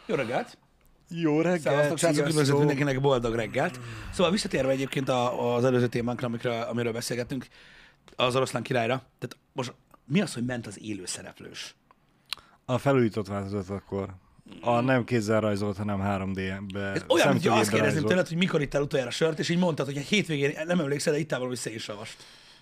Jó reggelt! Jó reggelt! Szevasztok, srácok, üdvözlök mindenkinek, boldog reggelt! Szóval visszatérve egyébként az előző témánkra, amiről beszélgettünk, az Oroszlán királyra. Tehát most mi az, hogy ment az élő szereplős? A felújított változat akkor. A nem kézzel rajzolt, hanem 3D-be. Ez olyan, mint azt kérdezném tőled, hogy mikor ittál utoljára sört, és így mondtad, hogy a hétvégén nem emlékszel, de ittál valami szénsavast.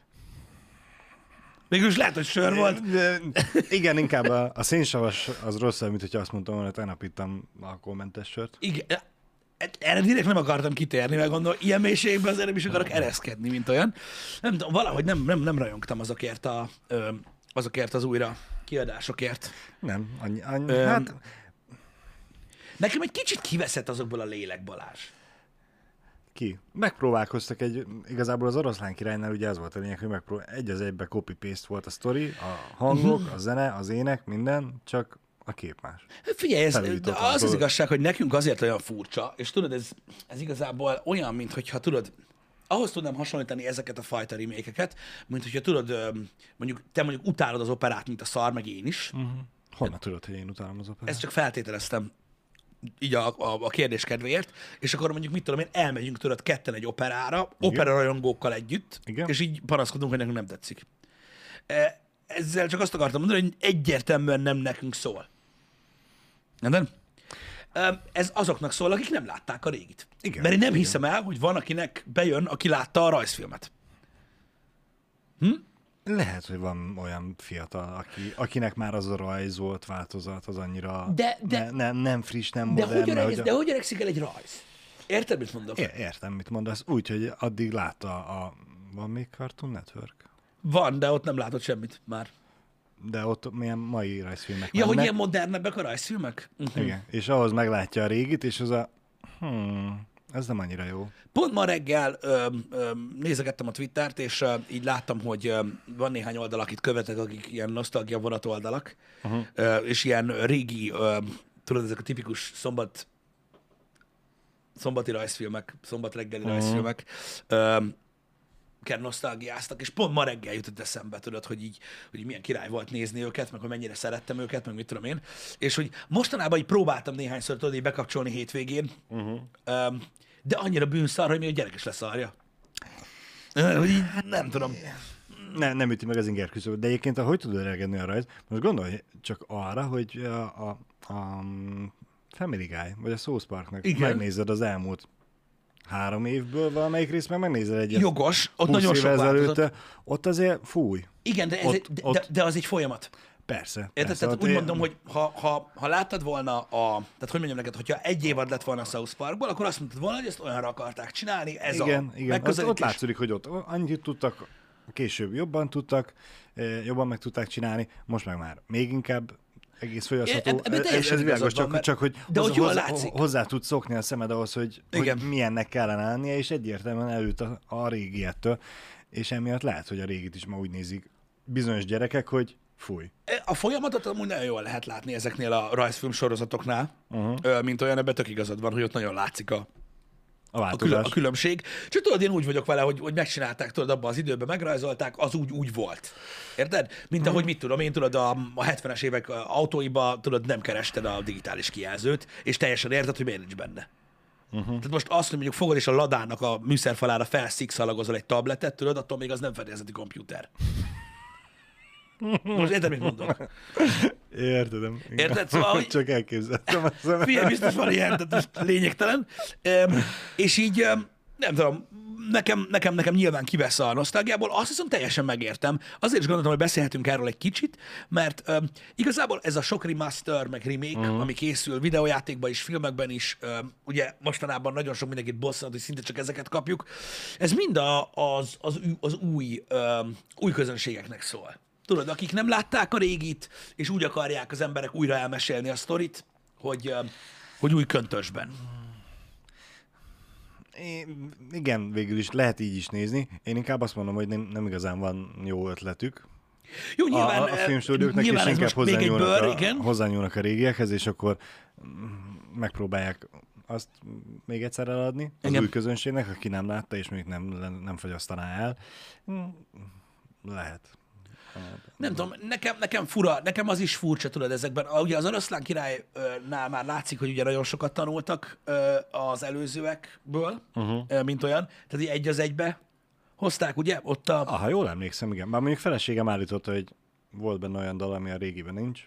Végülis lehet, hogy sör volt. Igen, inkább a szénsavas az rosszabb, mint hogyha azt mondtam volna, tegnap ittam alkoholmentes sört. Igen. Erre direkt nem akartam kitérni, mert gondolom, ilyen mélységben azért nem is akarok ereszkedni, mint olyan. Nem tudom, valahogy nem rajongtam azokért az újra kiadásokért. Nem, hát... Nekem egy kicsit kiveszett azokból a lélek, Balázs. Ki? Megpróbálkoztak igazából az Oroszlán királynál ugye ez volt a lényeg, hogy egy az egybe copy-paste volt a sztori, a hangok, a zene, az ének, minden, csak a kép más. Figyelj, de az igazság, hogy nekünk azért olyan furcsa, és tudod, ez igazából olyan, mintha tudod, ahhoz tudnám hasonlítani ezeket a fajta remékeket, mint hogyha tudod, te mondjuk utálod az operát, mint a szar, meg én is. Honnan tudod, hogy én utálom az operát? Ezt csak feltételeztem így a kérdés kedvéért, és akkor mondjuk mit tudom én, elmegyünk tőled ketten egy operára, operarajongókkal együtt, igen, és így panaszkodunk, hogy nekünk nem tetszik. Ezzel csak azt akartam mondani, hogy egyértelműen nem nekünk szól. Nem? Ez azoknak szól, akik nem látták a régit. Igen, mert én nem hiszem el, hogy van, akinek bejön, aki látta a rajzfilmet. Lehet, hogy van olyan fiatal, akinek már az a rajzolt változat az annyira nem friss, nem modern. De hogy öregszik el egy rajz? Érted, mit mondok? Értem, mit mondasz. Úgy, hogy addig látta Van még Cartoon Network? Van, de ott nem látott semmit már. De ott milyen mai rajzfilmek Ja, hogy ilyen modernebbek a rajzfilmek? Igen, és ahhoz meglátja a régit, és az ez nem annyira jó. Pont ma reggel nézegettem a Twittert, és így láttam, hogy van néhány oldal, akit követek, akik ilyen nosztalgia vonat oldalak, és ilyen régi, tudod, ezek a tipikus szombati rajzfilmek, szombat reggeli rajzfilmek, nosztalgiáztak, és pont ma reggel jutott eszembe, tudod, hogy milyen király volt nézni őket, meg hogy mennyire szerettem őket, meg mit tudom én, és hogy mostanában így próbáltam néhányszor, tudod, így bekapcsolni hétvégén, de annyira bűnszar, hogy még a gyerek is leszarja. Hogy így nem tudom. Nem üti meg az inger küszöböt, de egyébként ahogy tud öregedni a rajz, most gondolj csak arra, hogy a Family Guy, vagy a South Parknak megnézed az elmúlt 3 évből valamelyik részt, meg megnézel egyet. Jogos, ott nagyon sok változott. Ott azért fúj. Igen, de az egy folyamat. Persze. Érted? Tehát úgy mondom, hogy ha láttad volna tehát hogy mondjam neked, hogyha egy évad lett volna a South Parkból, akkor azt mondtad volna, hogy ezt olyanra akarták csinálni, ez igen, a megközelítés. Ott látszik, hogy ott annyit tudtak, később jobban tudtak, jobban meg tudták csinálni, most meg már még inkább egész folyasztható. Ez világos, csak hogy hozzá tudsz szokni a szemed ahhoz, hogy milyennek kellene lennie, és egyértelműen előtt a régiettől, és emiatt lehet, hogy a régit is ma úgy nézik bizonyos gyerekek, hogy fúj. A folyamatot amúgy nagyon jól lehet látni ezeknél a rajzfilm sorozatoknál, mint olyan, ebben tök igazad van, hogy ott nagyon látszik a különbség. Csak tudod, én úgy vagyok vele, hogy megcsinálták, tudod, abban az időben megrajzolták, az úgy volt. Érted? Mint ahogy mit tudom, én tudod, a 70-es évek autóiba, tudod, nem kerested a digitális kijelzőt, és teljesen érted, hogy miért nincs benne. Tehát most azt, hogy mondjuk fogod és a ladának a műszerfalára felszikszalagozol egy tabletet, tudod, attól még az nem fedélzeti komputer. Most érted, mit mondok? Értem. Érted? Szóval, csak elképzeltem. Figyelj, biztos van ilyen, tehát most lényegtelen. És így, nem tudom, nekem nyilván kivesz a nosztalgiából, azt hiszem teljesen megértem. Azért is gondoltam, hogy beszélhetünk erről egy kicsit, mert igazából ez a sok remaster, meg remake, ami készül videójátékban is, filmekben is, ugye mostanában nagyon sok mindenkit bosszant, hogy szinte csak ezeket kapjuk, ez mind az új közönségeknek szól. Tudod, akik nem látták a régit, és úgy akarják az emberek újra elmesélni a sztorit, hogy új köntösben. Igen, végül is lehet így is nézni. Én inkább azt mondom, hogy nem igazán van jó ötletük. Jó, nyilván, a filmstúdióknak, és inkább hozzányúlnak a régiekhez, és akkor megpróbálják azt még egyszer eladni az új közönségnek, aki nem látta, és még nem fogyasztaná el. Lehet. Nem tudom, nekem fura, nekem az is furcsa, tudod, ezekben. Ugye az Oroszlán királynál már látszik, hogy ugye nagyon sokat tanultak az előzőekből, mint olyan. Tehát így egy az egybe hozták, ugye? Ott ha jól emlékszem, igen. Már mondjuk feleségem állította, hogy volt benne olyan dal, ami a régiben nincs.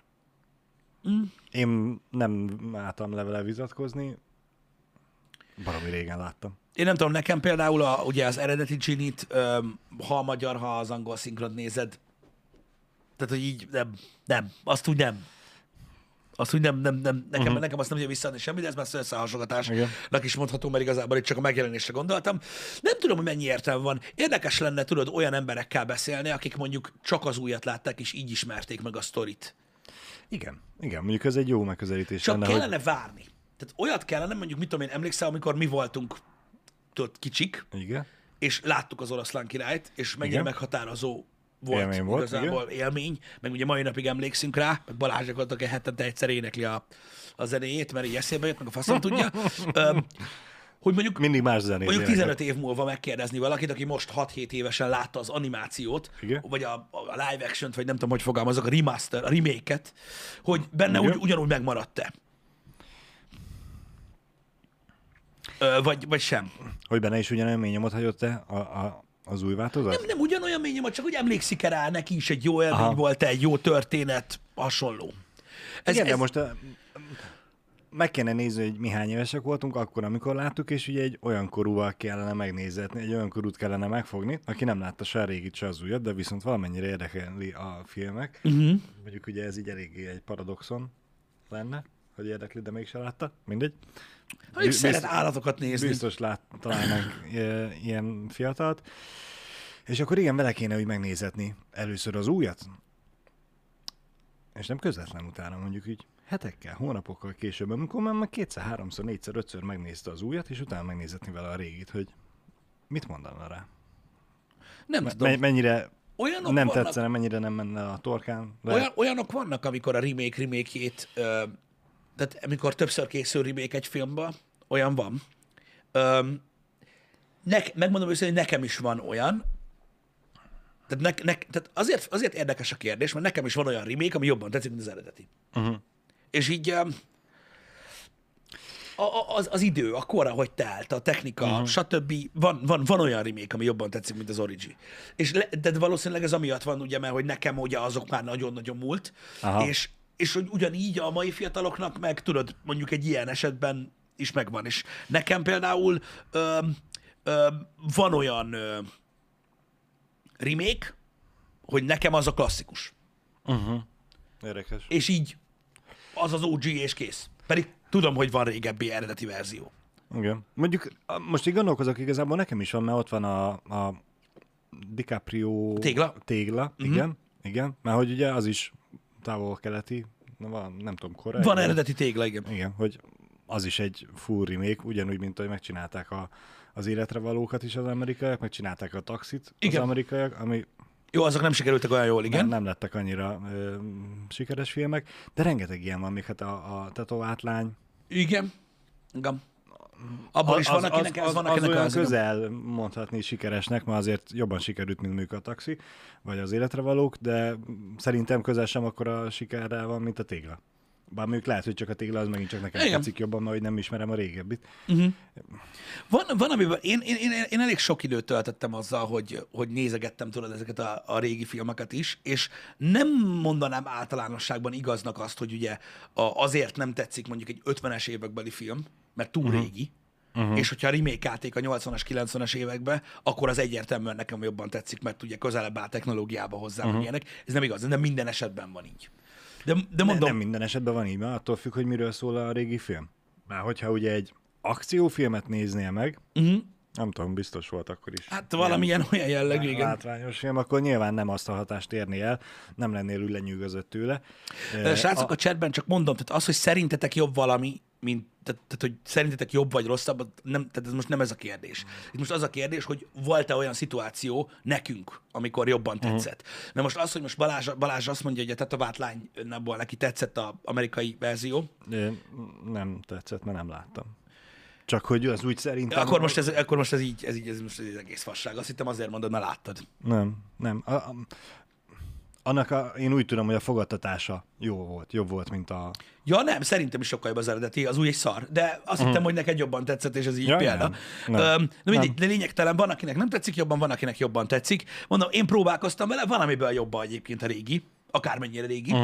Én nem álltam le vele vitatkozni. Baromi régen láttam. Én nem tudom, nekem például ugye az eredeti Ginnyt, ha a magyar, ha az angol szinkront nézed, tehát, hogy így nem, azt úgy nem. Azt úgy nem, nekem azt nem tudja visszaadni semmi, de ez már összehasonlgatásnak is mondható, mert igazából itt csak a megjelenésre gondoltam. Nem tudom, hogy mennyi értelme van. Érdekes lenne, tudod, olyan emberekkel beszélni, akik mondjuk csak az újat látták, és így ismerték meg a sztorit. Igen, mondjuk ez egy jó megközelítés. Csak lenne, kellene várni. Tehát olyat kellene, mondjuk mit tudom én, emlékszel, amikor mi voltunk kicsik, igen, és láttuk az Oroszlán királyt, és mennyire meghatározó volt igazából élmény, meg ugye mai napig emlékszünk rá, meg Balázs voltak hetente egyszer énekli a zenéjét, mert így eszébe jött, meg a faszom tudja. Hogy mondjuk, mindig más zenét mondjuk 15 év múlva megkérdezni valakit, aki most 6-7 évesen látta az animációt, igen, vagy a live action-t, vagy nem tudom, hogy fogalmazok, a remaster, a remake-et, hogy benne ugyanúgy megmaradt-e. Vagy sem. Hogy benne is ugyanolyan mély nyomot hagyott-e az új változat? Nem ugyanolyan mély nyomot, csak úgy emlékszik rá, neki is egy jó élmény volt, egy jó történet, hasonló. Igen, de most meg kéne nézni, hogy mi hány évesek voltunk akkor, amikor láttuk, és ugye egy olyan korúval kellene megnézetni, egy olyan korút kellene megfogni, aki nem látta se a régit, se az újat, de viszont valamennyire érdekeli a filmek. Mondjuk ugye ez így eléggé egy paradoxon lenne, hogy érdekli, de mégsem látta. Mindegy. Szeret állatokat nézni. Biztos találnánk ilyen fiatalt. És akkor igen, vele kéne úgy megnézetni először az újat, és nem közvetlen utána, mondjuk így hetekkel, hónapokkal később, amikor már kétszer, háromszor, négyszer, ötször megnézte az újat, és utána megnézetni vele a régit, hogy mit mondana rá. Nem tudom. Mennyire olyanok nem vannak, tetszene, mennyire nem menne a torkán. Olyanok vannak, amikor a remake-jét, tehát amikor többször készül remake egy filmbe, olyan van. Megmondom őszintén, hogy nekem is van olyan. Tehát azért érdekes a kérdés, mert nekem is van olyan remake, ami jobban tetszik, mint az eredeti. És így az idő, a kora, hogy telt, a technika, stb. Van olyan remake, ami jobban tetszik, mint az origi. De valószínűleg ez amiatt van, ugye, mert hogy nekem ugye azok már nagyon-nagyon múlt, és hogy ugyanígy a mai fiataloknak meg, tudod, mondjuk egy ilyen esetben is megvan. És nekem például van olyan remake, hogy nekem az a klasszikus. Érdekes. És így az az OG és kész. Pedig tudom, hogy van régebbi eredeti verzió. Igen. Mondjuk most így gondolkozok, igazából nekem is van, mert ott van a DiCaprio tégla. Igen. Mert hogy ugye az is távol-keleti, nem tudom, korai. Van eredeti tégla, igen. Igen, hogy az is egy full remake, ugyanúgy, mint hogy megcsinálták az életre valókat is az amerikaiak, megcsinálták a Taxit az amerikaiak, ami... Jó, azok nem sikerültek olyan jól, igen. Nem lettek annyira sikeres filmek, de rengeteg ilyen van, még hát a Tetovált lány. Igen. Abban is van, akinek ez van, akinek az olyan közel mondhatni sikeresnek, mert azért jobban sikerült, mint mondjuk a Taxi, vagy az életre valók, de szerintem közel sem akkora sikerrel van, mint a Tégla. Bár mondjuk lehet, hogy csak a Tégla az megint csak nekem tetszik jobban, mert nem ismerem a régebbit. Van amiben én elég sok időt töltöttem azzal, hogy nézegettem, tudod, ezeket a régi filmeket is, és nem mondanám általánosságban igaznak azt, hogy ugye azért nem tetszik mondjuk egy 50-es évekbeli film, mert túl régi, és hogyha remake-álték a 80-as, 90-es évekbe, akkor az egyértelműen nekem jobban tetszik, mert ugye közelebb áll technológiába hozzám, ilyenek. Ez nem igaz, de minden esetben van így. De mondom... Nem minden esetben van így, mert attól függ, hogy miről szól a régi film. Mert hogyha ugye egy akciófilmet néznél meg, nem tudom, biztos volt akkor is. Hát valamilyen olyan jellegű, igen. Látványos film, akkor nyilván nem azt a hatást érni el, nem lennél úgy lenyűgözött tőle. Srácok, a chatben csak mondom, tehát az, hogy szerintetek jobb valami, mint, tehát hogy szerintetek jobb vagy rosszabb, tehát ez most nem ez a kérdés. Itt most az a kérdés, hogy volt-e olyan szituáció nekünk, amikor jobban tetszett. Mert most az, hogy most Balázs azt mondja, hogy a Tetovált lányból neki tetszett az amerikai verzió. Nem tetszett, mert nem láttam. Csak hogy az úgy szerintem... Akkor most ez így egész fasság. Azt hittem azért mondod, mert láttad. Nem. Én úgy tudom, hogy a fogadtatása jobb volt, mint a... Ja, nem, szerintem is sokkal jobb az eredeti, az úgy egy szar. De azt hittem, hogy neked jobban tetszett, és ez így példa. Nem. De mindig, de lényegtelen, van, akinek nem tetszik jobban, van, akinek jobban tetszik. Mondom, én próbálkoztam vele, van, amiből jobban egyébként a régi, akármennyire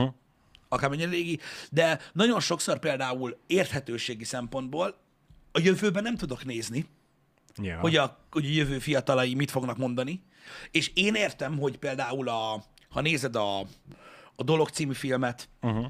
régi, de nagyon sokszor például érthetőségi szempontból a jövőben nem tudok nézni, hogy a jövő fiatalai mit fognak mondani, és én értem, hogy például ha nézed a Dolog című filmet,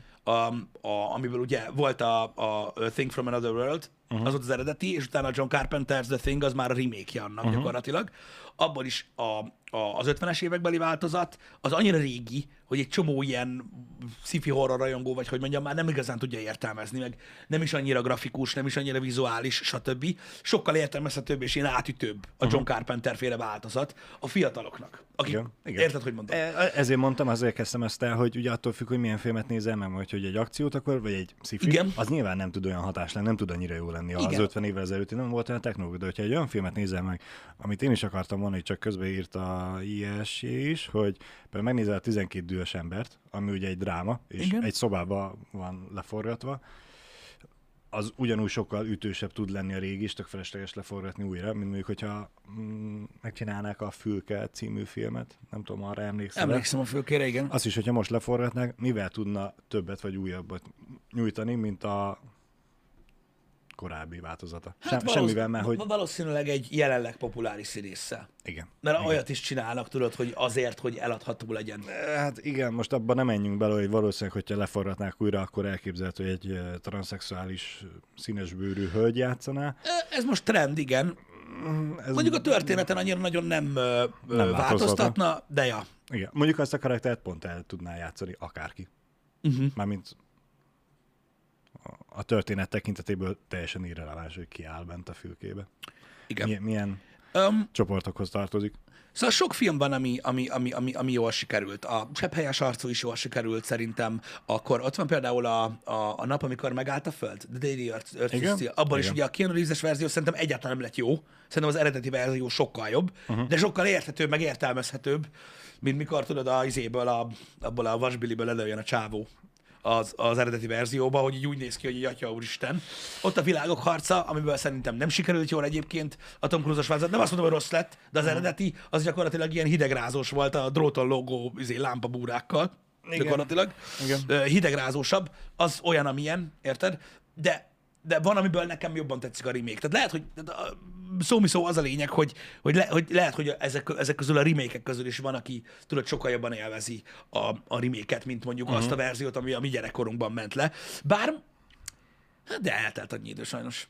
amiből ugye volt a Thing from Another World, az volt az eredeti, és utána John Carpenter's The Thing, az már a remake-je annak gyakorlatilag. Abban is az 50-es évekbeli változat, az annyira régi, hogy egy csomó ilyen sci-fi horror rajongó, vagy hogy mondjam, már nem igazán tudja értelmezni, meg nem is annyira grafikus, nem is annyira vizuális, stb. Sokkal értelmezhetőbb és ilyen átütőbb a John Carpenter féle változat a fiataloknak. Akik, igen. Érted, hogy mondom? Ezért mondtam, azért kezdtem ezt el, hogy ugye attól függ, hogy milyen filmet nézel meg, hogy egy akciót akkor, vagy egy sci-fi, az nyilván nem tud olyan hatás lenni, nem tud annyira jó lenni. Az 50 évvel ezelőtt nem volt olyan technológia, de hogyha egy olyan filmet nézel meg, amit én is akartam mondani, csak közbeírt a ISJ is, hogy például megnézel a 12 dühös embert, ami ugye egy dráma, és egy szobában van leforgatva, az ugyanúgy sokkal ütősebb tud lenni a régi, és tök felesleges leforgatni újra, mint mondjuk, hogyha megcsinálnák a Fülke című filmet, nem tudom, arra emlékszel. Emlékszem a Fülkére, igen. Azt is, hogyha most leforgatnák, mivel tudna többet vagy újabbat nyújtani, mint a korábbi változata. Semmivel már, hogy... Valószínűleg egy jelenleg populáris színésszel. Igen. Mert olyat is csinálnak, tudod, hogy azért, hogy eladható legyen. Hát igen, most abban nem menjünk bele, hogy valószínűleg, hogyha leforgatnák újra, akkor elképzelhető, hogy egy transzexuális színesbőrű hölgy játszaná. Ez most trend, igen. Mondjuk a történeten annyira nagyon nem változtatna, de ja. Igen. Mondjuk azt a karaktert pont el tudná játszani akárki. Mármint a történet tekintetéből teljesen irreleváns, hogy ki áll bent a fülkébe. Igen. Milyen csoportokhoz tartozik. Szóval sok film van, ami jól sikerült. A Sebphelyes arcú is jól sikerült szerintem. Akkor ott van például a nap, amikor megállt a föld. The Daily Earth. Abban is ugye a Keanu Reeves-es verzió szerintem egyáltalán nem lett jó. Szerintem az eredeti verzió sokkal jobb, de sokkal érthetőbb, meg értelmezhetőbb, mint mikor tudod abból a vasbiliből előjön a csávó az eredeti verzióban, hogy így úgy néz ki, hogy így atya úristen. Ott a világok harca, amiből szerintem nem sikerült jól egyébként a Tom Cruise-os változat. Nem azt mondom, hogy rossz lett, de az eredeti az gyakorlatilag ilyen hidegrázós volt a dróton lógó lámpabúrákkal. Gyakorlatilag. Igen. Hidegrázósabb. Az olyan, amilyen, érted? De van, amiből nekem jobban tetszik a remake. Tehát lehet, hogy szó az a lényeg, hogy lehet, hogy ezek közül a remake-ek közül is van, aki tudod, sokkal jobban élvezi a remake-et, mint mondjuk azt a verziót, ami a mi gyerekkorunkban ment le. Bár, de eltelt annyi idő sajnos.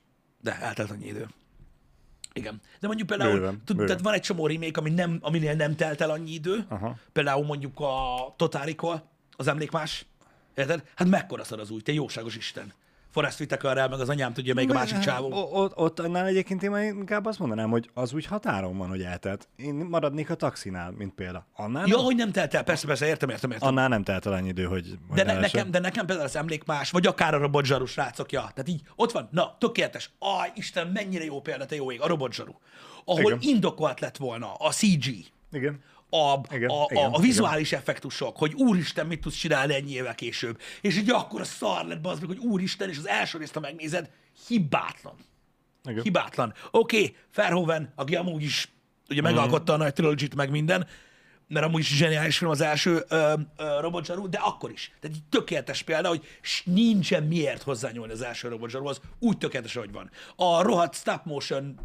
Igen. De mondjuk például, tehát van egy csomó remake, aminél nem telt el annyi idő. Például mondjuk a Total Recall, az emlékmás. Érted? Hát mekkora szar az új, te jóságos Isten. Forrest Whitakerrel, meg az anyám tudja, még a másik csávó. Ott annál egyébként én inkább azt mondanám, hogy az úgy határon van, hogy eltelt. Én maradnék a taxinál, mint példa. Annál jó, hogy nem telt el, persze, értem. Annál nem telt el annyi idő, hogy de nekem például az emlékmás, vagy akár a robotzsaru srácok, ja. Tehát így, ott van, na, tökéletes. Isten, mennyire jó példa, te jó ég, a robotzsaru. Ahol indokolt lett volna a CG. Igen. A vizuális effektusok, hogy úristen, mit tudsz csinálni ennyi évvel később. És így akkor a szar lett, bazd meg, hogy úristen, és az első részt, ha megnézed, hibátlan. Igen. Hibátlan. Oké, Verhoeven, aki amúgy is ugye megalkotta a nagy trilogit, meg minden, mert amúgy is zseniális film az első robotzsaru, de akkor is. Tehát így tökéletes példa, hogy nincsen miért hozzányúlni az első robotzsaruhoz, úgy tökéletes, hogy van. A rohadt stop motion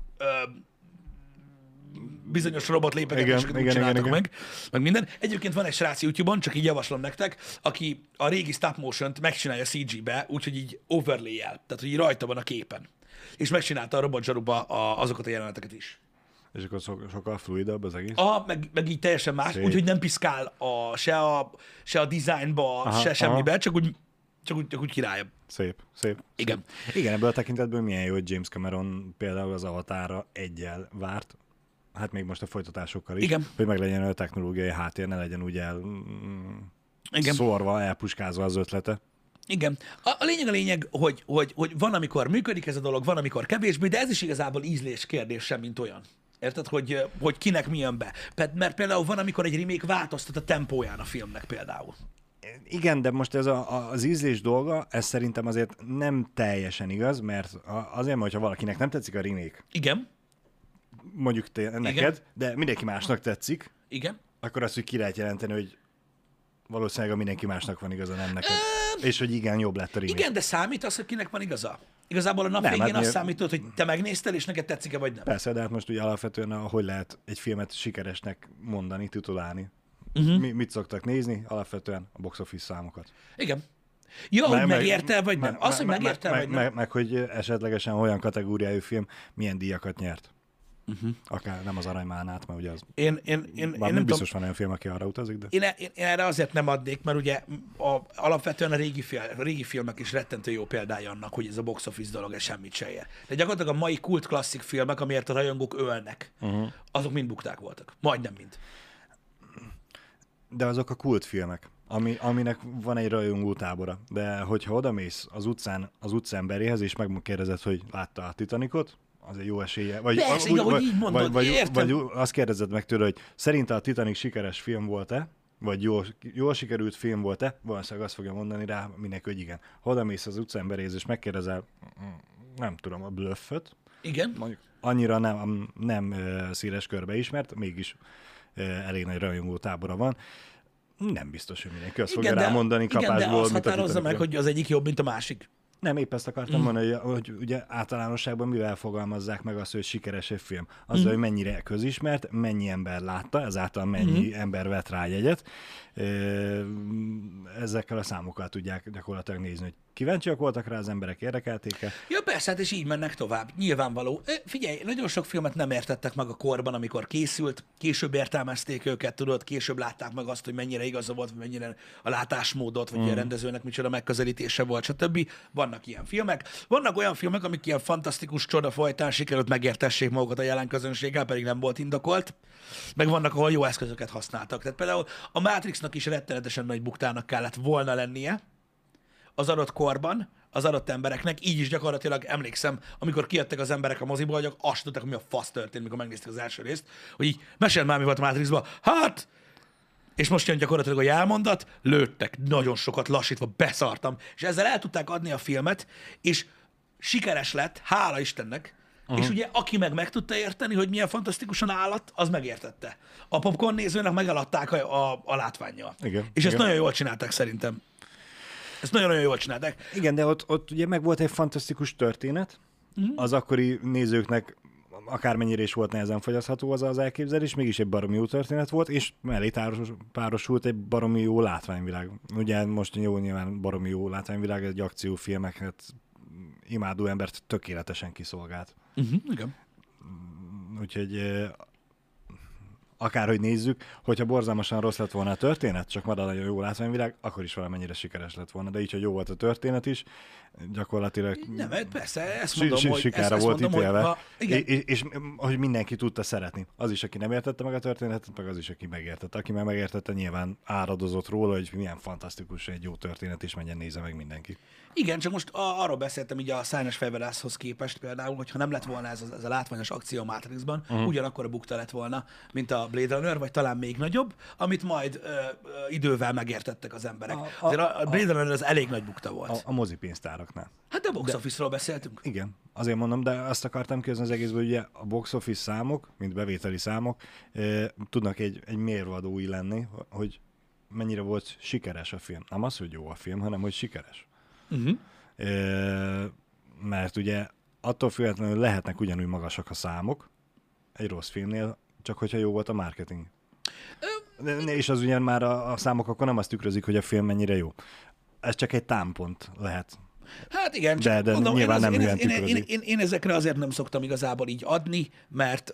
bizonyos robotlépeket úgy csináltak meg minden. Egyébként van egy srác YouTube-on, csak így javaslom nektek, aki a régi stop motion-t megcsinálja CG-be, úgyhogy így overlay-el, tehát hogy így rajta van a képen. És megcsinálta a robotzsaruba azokat a jeleneteket is. És akkor sokkal fluidabb az egész? Meg így teljesen más, úgyhogy nem piszkál se a designba, se semmibe, csak úgy királyabb. Szép. Igen. Igen, ebből a tekintetből milyen jó, hogy James Cameron például az Avatarra egyel várt, hát még most a folytatásokkal is, igen, hogy meg legyen a technológiai háttér, ne legyen úgy szórva, elpuskázva az ötlete. Igen. A lényeg, hogy van, amikor működik ez a dolog, van, amikor kevésbé, de ez is igazából ízlés kérdése, mint olyan. Érted, hogy kinek mi jön be. Mert például van, amikor egy remake változtat a tempóján a filmnek például. Igen, de most ez az ízlés dolga, ez szerintem azért nem teljesen igaz, mert azért, hogyha valakinek nem tetszik a remake. Igen. Mondjuk neked, igen. De mindenki másnak tetszik. Igen. Akkor azt, hogy ki lehet jelenteni, hogy valószínűleg a mindenki másnak van igaza, nem neked. És hogy igen, jobb lett a remake. Igen, de számít az, hogy kinek van igaza? Igazából a nap végén hát azt számítod, hogy te megnézted, és neked tetszik-e, vagy nem. Persze, de hát most ugye alapvetően, hogy lehet egy filmet sikeresnek mondani, titulálni. Mit szoktak nézni? Alapvetően a box office számokat. Igen. Jó, hogy megérte, vagy nem. Az, hogy megérte, vagy nem. Meg, hogy esetlegesen olyan kategóriájú film milyen díjakat nyert. Akár nem az Aranymálnát, mert ugye az... Én nem biztos van olyan film, aki arra utazik, de... Én erre azért nem adnék, mert ugye alapvetően a régi filmek is rettentő jó példája annak, hogy ez a box office dolog, ez semmit se ér. De gyakorlatilag a mai kult klasszik filmek, amiért a rajongók ölnek, azok mind bukták voltak. Majdnem mind. De azok a kultfilmek, aminek van egy rajongó tábora. De hogyha odamész az utca emberéhez, és megkérdezed, hogy látta a Titanicot, az egy jó esélye. Persze, ahogy így mondod, vagy azt kérdezed meg tőle, hogy szerint a Titanic sikeres film volt-e, vagy jól sikerült film volt-e, valószínűleg azt fogja mondani rá mindenki, hogy igen. Ha odamész az utca emberéhez, és megkérdezel, nem tudom, a Bluffot. Igen. Mondjuk annyira nem széles körbe ismert, mégis elég nagy rajongó tábora van. Nem biztos, hogy mindenki azt fogja rámondani kapásból. Igen, de azt határozza meg, hogy az egyik jobb, mint a másik. Nem, épp ezt akartam mondani, hogy ugye általánosságban mivel fogalmazzák meg azt, hogy sikeres egy film. Azzal, hogy mennyire közismert, mennyi ember látta, ezáltal mennyi ember vett rá jegyet. Ezekkel a számokkal tudják gyakorlatilag nézni, hogy kíváncsiak voltak rá az emberek, érdekelték-e. Ja, persze, hát és így mennek tovább. Nyilvánvaló. Figyelj, nagyon sok filmet nem értettek meg a korban, amikor készült, később értelmezték őket, tudod, később látták meg azt, hogy mennyire igaza volt, vagy mennyire a látásmódot, vagy a rendezőnek micsoda megközelítése volt, stb. Vannak ilyen filmek. Vannak olyan filmek, amik ilyen fantasztikus csoda folytán sikerült megértessék magukat a jelen közönséggel, pedig nem volt indokolt. Meg vannak, ahol jó eszközöket használtak. Tehát például a Matrixnak is rettenetesen nagy buktának kellett volna lennie az adott korban, az adott embereknek, így is gyakorlatilag emlékszem, amikor kijöttek az emberek a moziból, hogy azt tudták, hogy mi a fasz történt, mikor megnézték az első részt, hogy így meséld már, mi volt a Matrixban, hát, és most jön gyakorlatilag a jelmondat, lőttek, nagyon sokat lassítva, beszartam, és ezzel el tudták adni a filmet, és sikeres lett, hála Istennek, és ugye aki meg tudta érteni, hogy milyen fantasztikusan állat, az megértette. A popcorn nézőnek megaladták a látvánnyal. Igen, és ezt nagyon jól csinálták szerintem. Ezt nagyon-nagyon jól csinálták. Igen, de ott ugye meg volt egy fantasztikus történet, az akkori nézőknek akármennyire is volt nehezen fogyasztható az elképzelés, mégis egy baromi jó történet volt, és mellé párosult egy baromi jó látványvilág. Ugye most jó, nyilván baromi jó látványvilág, egy akciófilmeket imádó embert tökéletesen kiszolgált. Igen. Úgyhogy akárhogy nézzük, hogyha borzalmasan rossz lett volna a történet, csak marad nagyon jó látványvilág, akkor is valamennyire sikeres lett volna. De így, hogy jó volt a történet is, gyakorlatilag nem, persze, ezt mondom, hogy sikára volt ítélve, és hogy mindenki tudta szeretni. Az is, aki nem értette meg a történetet, meg az is, aki megértette. Aki meg megértette, nyilván áradozott róla, hogy milyen fantasztikus egy jó történet, és menjen nézze meg mindenki. Igen, csak most arról beszéltem így a Szárnyas fejvadászhoz képest például, hogyha nem lett volna ez a látványos akció a Matrixban, ugyanakkor a bukta lett volna, mint a Blade Runner, vagy talán még nagyobb, amit majd idővel megértettek az emberek. A Blade Runner az elég nagy bukta volt. A mozipénztáraknál. Hát a box office-ról beszéltünk. Igen, azért mondom, de azt akartam kérdezni az egészből, hogy ugye a box office számok, mint bevételi számok, tudnak egy mérvadói lenni, hogy mennyire volt sikeres a film. Nem az, hogy jó a film, hanem hogy sikeres. Mert ugye attól függetlenül lehetnek ugyanúgy magasak a számok egy rossz filmnél, csak hogyha jó volt a marketing. És az ugyan már a számok akkor nem azt tükrözik, hogy a film mennyire jó. Ez csak egy támpont lehet. Hát igen, csak de mondom, nyilván nem olyan tükrözik. Én ezekre azért nem szoktam igazából így adni, mert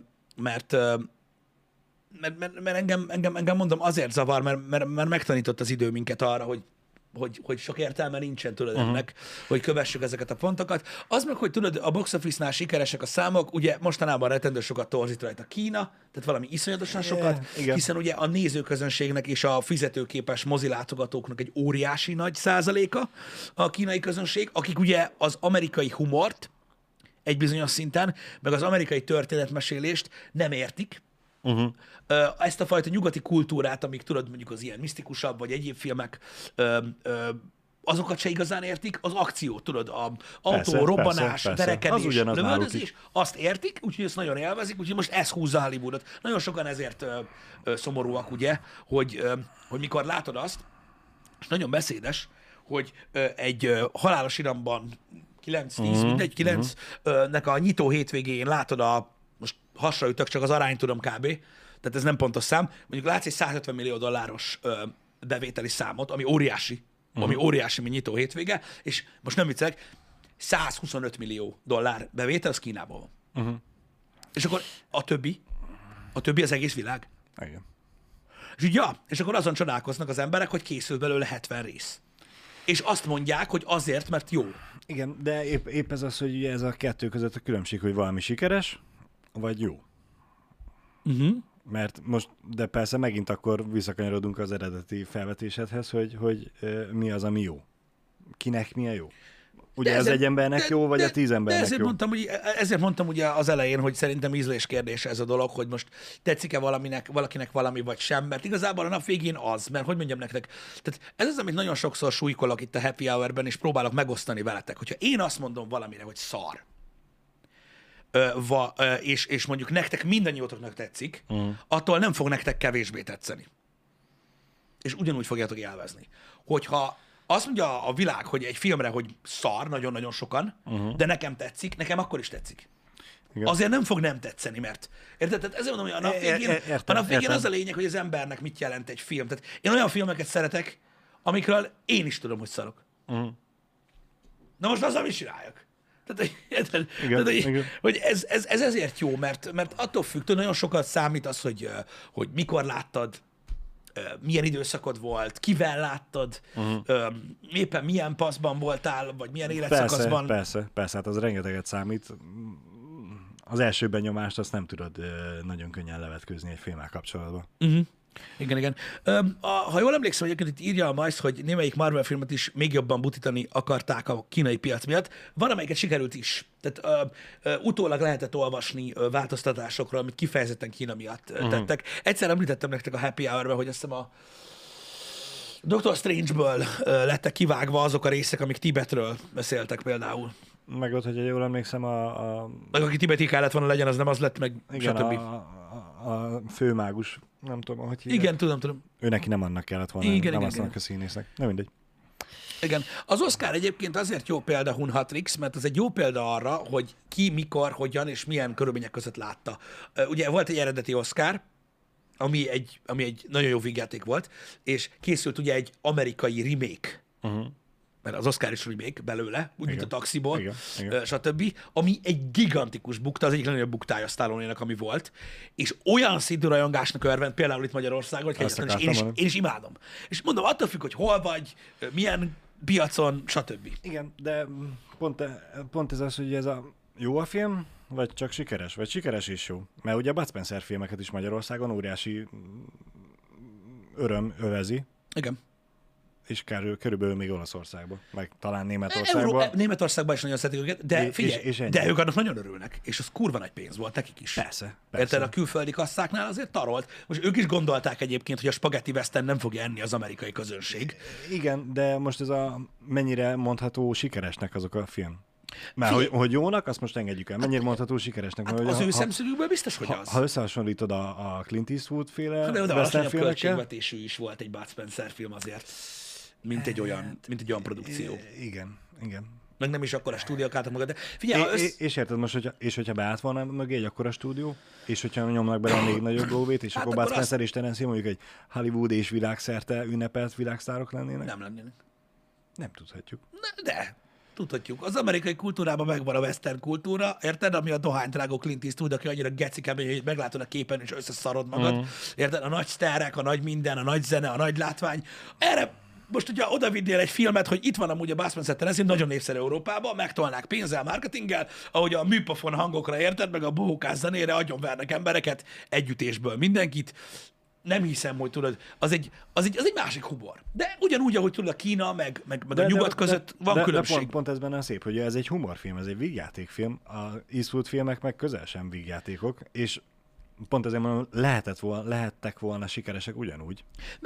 engem mondom azért zavar, mert megtanított az idő minket arra, hogy sok értelme nincsen, tudod, ennek, hogy kövessük ezeket a pontokat. Az meg, hogy tudod, a box office-nál sikeresek a számok, ugye mostanában rettentő sokat torzít rajta Kína, tehát valami iszonyatosan sokat, hiszen ugye a nézőközönségnek és a fizetőképes mozilátogatóknak egy óriási nagy százaléka a kínai közönség, akik ugye az amerikai humort egy bizonyos szinten, meg az amerikai történetmesélést nem értik. Ezt a fajta nyugati kultúrát, amik tudod, mondjuk az ilyen misztikusabb, vagy egyéb filmek, azokat se igazán értik, az akció, tudod, autó, robbanás, verekedés, lövöldözés, azt értik, úgyhogy ezt nagyon élvezik, úgyhogy most ez húzza Hollywoodot. Nagyon sokan ezért szomorúak, ugye, hogy mikor látod azt, és nagyon beszédes, hogy egy Halálos Iramban 9-10, mindegy, 9-nek a nyitó hétvégén látod most hasraütök, csak az arányt tudom kb., tehát ez nem pontos szám, mondjuk látsz egy $150 millió bevételi számot, ami óriási, mint nyitó hétvége, és most nem viccelek, $125 millió bevétel, az Kínából van. És akkor a többi az egész világ. Igen. És így, és akkor azon csodálkoznak az emberek, hogy készül belőle 70 rész. És azt mondják, hogy azért, mert jó. Igen, de épp ez az, hogy ugye ez a kettő között a különbség, hogy valami sikeres, vagy jó. Mert most, de persze megint akkor visszakanyarodunk az eredeti felvetésedhez, hogy mi az, ami jó. Kinek mi a jó? Ugye ez egy embernek jó, vagy a 10 embernek jó? Ezért mondtam ugye az elején, hogy szerintem ízlés kérdése ez a dolog, hogy most tetszik-e valakinek valami, vagy sem, mert igazából a nap végén az, mert hogy mondjam nektek, tehát ez az, amit nagyon sokszor súlykolok itt a Happy Hour-ben, és próbálok megosztani veletek, hogyha én azt mondom valamire, hogy szar, és mondjuk nektek mindannyiótoknak tetszik, attól nem fog nektek kevésbé tetszeni. És ugyanúgy fogjátok élvezni. Hogyha azt mondja a világ, hogy egy filmre, hogy szar nagyon-nagyon sokan, de nekem tetszik, nekem akkor is tetszik. Igen. Azért nem fog nem tetszeni, mert érted? Tehát ezért mondom, hogy a nap végén az a lényeg, hogy az embernek mit jelent egy film. Tehát én olyan filmeket szeretek, amikről én is tudom, hogy szarok. Na most azzal mit csináljak? Tehát, hogy ez ezért jó, mert attól függ, hogy nagyon sokat számít az, hogy mikor láttad, milyen időszakod volt, kivel láttad, éppen milyen paszban voltál, vagy milyen életszakaszban. Persze, hát az rengeteget számít. Az első benyomást azt nem tudod nagyon könnyen levetkőzni egy filmmel kapcsolatban. Igen. Ha jól emlékszem, egyébként itt írja a Majsz, hogy némelyik Marvel filmet is még jobban butítani akarták a kínai piac miatt. Van, amelyiket sikerült is. Tehát utólag lehetett olvasni változtatásokról, amit kifejezetten Kína miatt tettek. Egyszer említettem nektek a Happy Hour-ben, hogy azt hiszem a Doctor Strange-ből lettek kivágva azok a részek, amik Tibetről beszéltek például. Meg ott, hogy jól emlékszem, Meg aki tibeti kellett volna legyen, az nem az lett, meg igen, stb. A főmágus, nem tudom, hogy hívják. Igen, tudom. Ő neki nem annak kellett volna, nem azt a színésznek. Nem mindegy. Igen. Az Oscar egyébként azért jó példa Hunhatrix, mert az egy jó példa arra, hogy ki, mikor, hogyan és milyen körülmények között látta. Ugye volt egy eredeti Oscar, ami egy nagyon jó vígjáték volt, és készült ugye egy amerikai remake, mert az Oscar is remake belőle, úgy, mint a Taxiból, stb., ami egy gigantikus bukta, az egyik legnagyobb buktája Stallone-nak, ami volt, és olyan szintű rajongásnak örvend, például itt Magyarországon, hogy én is imádom. És mondom, attól függ, hogy hol vagy, milyen piacon, stb. Igen, de pont ez az, hogy ez a jó a film, vagy csak sikeres? Vagy sikeres is jó? Mert ugye a Bud Spencer filmeket is Magyarországon óriási öröm övezi. Igen. És körülbelül még Olaszországban, meg talán Németországban. Németországban is nagyon szeretik őket, de figyelj, de ők annak nagyon örülnek, és az kurva nagy pénz volt nekik is. Persze. Érted, a külföldi kasszáknál azért tarolt. Most ők is gondolták egyébként, hogy a spaghetti western nem fogja enni az amerikai közönség. Igen, de most ez mennyire mondható sikeresnek azok a film? Mert hogy jónak, azt most engedjük el. Mennyire mondható sikeresnek? Hát az ő szemszögükből biztos, hogy az. Ha összehasonlítod a Clint Eastwood féle de alacsonyabb költségvetésű is volt egy Bud Spencer film azért. Mint egy olyan produkció. Igen. Meg nem is akkora stúdiók álltak magad, de figyelj, és érted most, hogyha beállt volna mögé egy akkora stúdió, és hogyha nyomnak bele még nagyobb lóvét, és akkor Bud Spencer és Terence Hill mondjuk egy Hollywood és világszerte ünnepelt világsztárok lennének? Nem lennének. Nem tudhatjuk. De tudhatjuk. Az amerikai kultúrában megvan a western kultúra, érted? Ami a dohánytrágó Clint Eastwood, aki annyira geci kemény, hogy meglátod a képen, és összeszarod magad. Érted? A nagy sztárek, a nagy minden, a nagy zene, a nagy látvány. Erre most, hogyha odavidnél egy filmet, hogy itt van amúgy a Bud Spencer Terence Hill, nagyon népszerű Európában, megtolnák pénzzel, marketinggel, ahogy a műpofon hangokra érted, meg a bohókás zenére agyonvernek embereket, együttésből mindenkit. nem hiszem, hogy tudod, az egy másik humor. De ugyanúgy, ahogy tudod, a Kína, meg a nyugat között van különbség. De pont ez benne a szép, hogy ez egy humorfilm, ez egy vígjátékfilm, a Eastwood filmek meg közel sem vígjátékok, és pont ezért mondom, lehettek volna sikeresek ugyanúgy.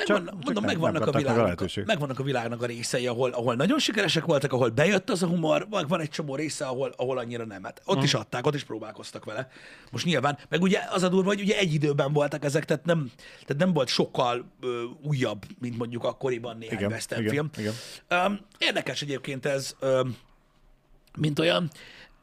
Megvannak a világnak a részei, ahol nagyon sikeresek voltak, ahol bejött az a humor, vagy van egy csomó része, ahol annyira nem. Hát ott is adták, ott is próbálkoztak vele. Most nyilván, meg ugye az a durva, hogy ugye egy időben voltak ezek, tehát nem volt sokkal újabb, mint mondjuk akkoriban néhány western film. Igen. Érdekes egyébként ez, mint olyan.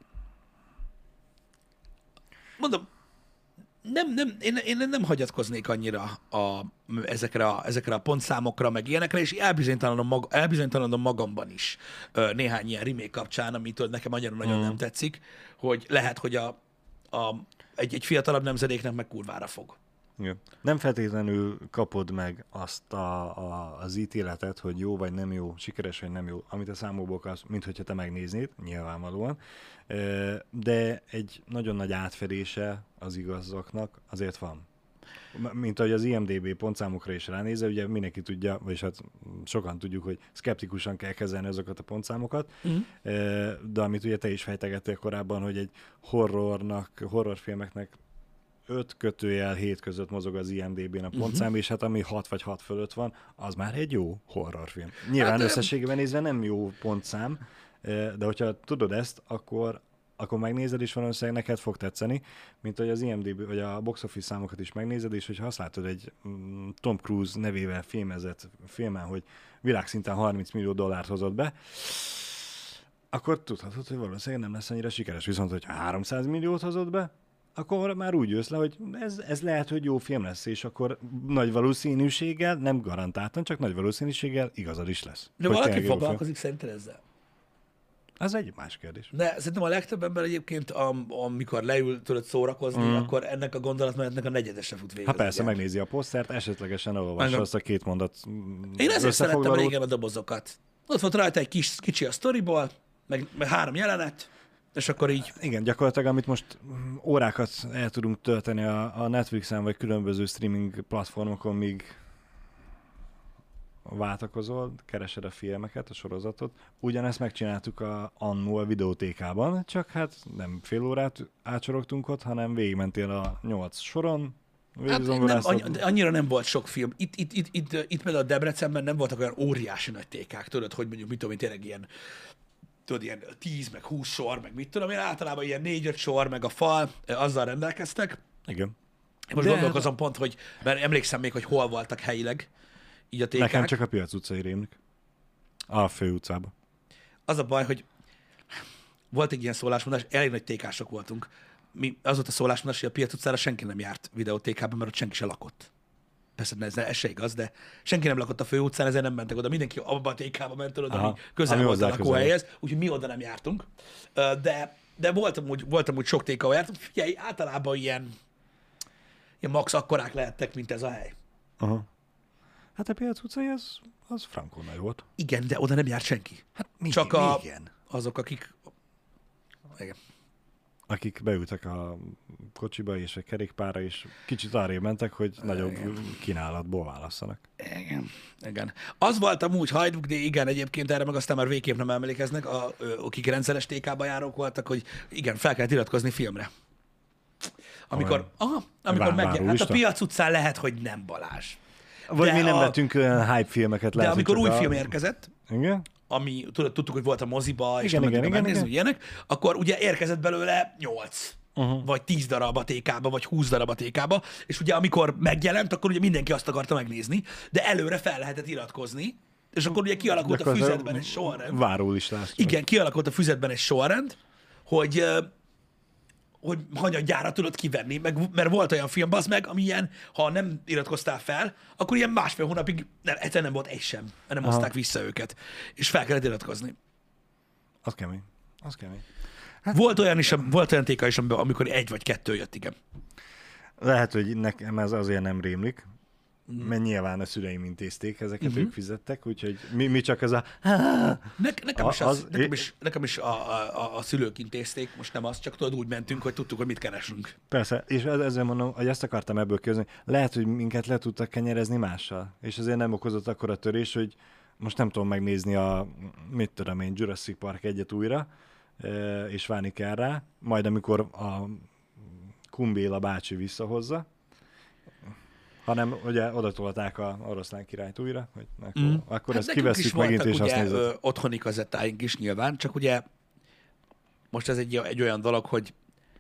Mondom, én nem hagyatkoznék annyira ezekre a pontszámokra, meg ilyenekre, és elbizonytalanom magamban is néhány ilyen remake kapcsán, amitől nekem annyira nagyon nem tetszik, hogy lehet, hogy egy fiatalabb nemzedéknek meg kurvára fog. Igen. Nem feltétlenül kapod meg azt az ítéletet, hogy jó vagy nem jó, sikeres vagy nem jó, amit a számokból kapsz, mint hogyha te megnéznéd, nyilvánvalóan, de egy nagyon nagy átfedése az igazaknak azért van. Mint ahogy az IMDb pontszámokra is ránézve, ugye mindenki tudja, vagyis hát sokan tudjuk, hogy szkeptikusan kell kezelni azokat a pontszámokat, de amit ugye te is fejtegettél korábban, hogy egy horrorfilmeknek 5/7 között mozog az IMDb-n a pontszám, és hát ami 6 vagy 6 fölött van, az már egy jó horrorfilm. Nyilván összességében nézve nem jó pontszám, de hogyha tudod ezt, akkor megnézed, és valószínűleg neked fog tetszeni, mint hogy az IMDb, vagy a box office számokat is megnézed, és hogyha azt látod egy Tom Cruise nevével filmezett filmen, hogy világszinten $30 millió hozott be, akkor tudhatod, hogy valószínűleg nem lesz annyira sikeres. Viszont, hogyha 300 milliót hozott be, akkor már úgy jössz le, hogy ez lehet, hogy jó film lesz, és akkor nagy valószínűséggel, nem garantáltan, csak nagy valószínűséggel igazad is lesz. De valaki foglalkozik szerinted ezzel? Ez egy más kérdés. De szerintem a legtöbb ember egyébként, amikor leül tudod szórakozni, akkor ennek a gondolatmenetnek a negyedesre fut végig. Hát persze, megnézi a posztert, esetlegesen olvassa azt a 2 mondat Én ezért szerettem régen a dobozokat. Ott volt rajta egy kicsi a sztoriból, meg 3 jelenet, és akkor így... Igen, gyakorlatilag, amit most órákat el tudunk tölteni a Netflixen, vagy különböző streaming platformokon, míg váltakozol, keresed a filmeket, a sorozatot. Ugyanezt megcsináltuk annó a videótékában, csak hát nem fél órát átsorogtunk ott, hanem végigmentél a 8 soron, annyira nem volt sok film. Itt például a Debrecenben nem voltak olyan óriási nagy tékák, tudod, hogy mondjuk, mit tudom én, tényleg ilyen 10, meg 20 sor, meg mit tudom én, általában ilyen 4-5 sor, meg a fal, azzal rendelkeztek. Igen. Én most gondolkozom pont, mert emlékszem még, hogy hol voltak helyileg így a tékák. Nekem csak a Piac utcai rémlik. A fő utcában. Az a baj, hogy volt egy ilyen szólásmondás, elég nagy tékások voltunk. Az volt a szólásmondás, hogy a Piac utcára senki nem járt videótékában, mert ott senki se lakott. Persze ez se igaz, de senki nem lakott a fő utcán, ezért nem mentek oda. Mindenki abba a tékába ment oda, ami közel volt a lakóhelyhez, úgyhogy mi oda nem jártunk. De voltam úgy sok téka, ahol jártunk. Figyelj, általában ilyen max akkorák lehettek, mint ez a hely. Aha. Hát a Piac utcai az frankon nagy volt. Igen, de oda nem járt senki. Hát csak azok, akik... Igen. Akik beültek a kocsiba és a kerékpárra, és kicsit arrébb mentek, hogy nagyobb kínálatból válasszanak. Igen. Az volt amúgy hajduk, de igen, egyébként erre meg aztán már végképp nem emlékeznek, akik rendszeres TK-ba járók voltak, hogy igen, fel kellett iratkozni filmre. Amikor megjelent. Hát a Piac utcán lehet, hogy nem, Balázs. Vagy mi nem vettünk olyan hype filmeket. De amikor új film érkezett, igen? ami tudtuk, hogy volt a moziba, és megnézni ilyenek, akkor ugye érkezett belőle 8. Vagy 10 darab a TK-ba, vagy 20 darab a TK-ba, és ugye amikor megjelent, akkor ugye mindenki azt akarta megnézni, de előre fel lehetett iratkozni, és akkor ugye kialakult a füzetben egy sorrend. Várólistás. Igen, kialakult a füzetben egy sorrend, hogy hanyadjára tudod kivenni, mert volt olyan film, az meg, ami ilyen, ha nem iratkoztál fel, akkor ilyen 1,5 hónapig egyszerűen nem volt egy sem, mert nem hozták vissza őket, és fel kellett iratkozni. Az kemény. Hát, volt olyan téka is, amikor 1 vagy 2 jött, igen. Lehet, hogy nekem ez azért nem rémlik, mert nyilván a szüleim intézték, ezeket ők fizettek, úgyhogy mi csak ez a... Nekem is a szülők intézték, most nem az, csak tudod, úgy mentünk, hogy tudtuk, hogy mit keresünk. Persze, és ezzel mondom, hogy ezt akartam ebből kérdezni, lehet, hogy minket le tudtak kenyerezni mással, és azért nem okozott akkora törés, hogy most nem tudom megnézni mit tudom én, Jurassic Park 1-et újra, és várni kell rá, majd amikor a Kumbéla bácsi visszahozza, hanem ugye odatolták a Oroszlán királyt újra, hogy akkor ezt kivesszük megint, és azt nézett. Otthoni kazettáink is nyilván, csak ugye most ez egy olyan dolog, hogy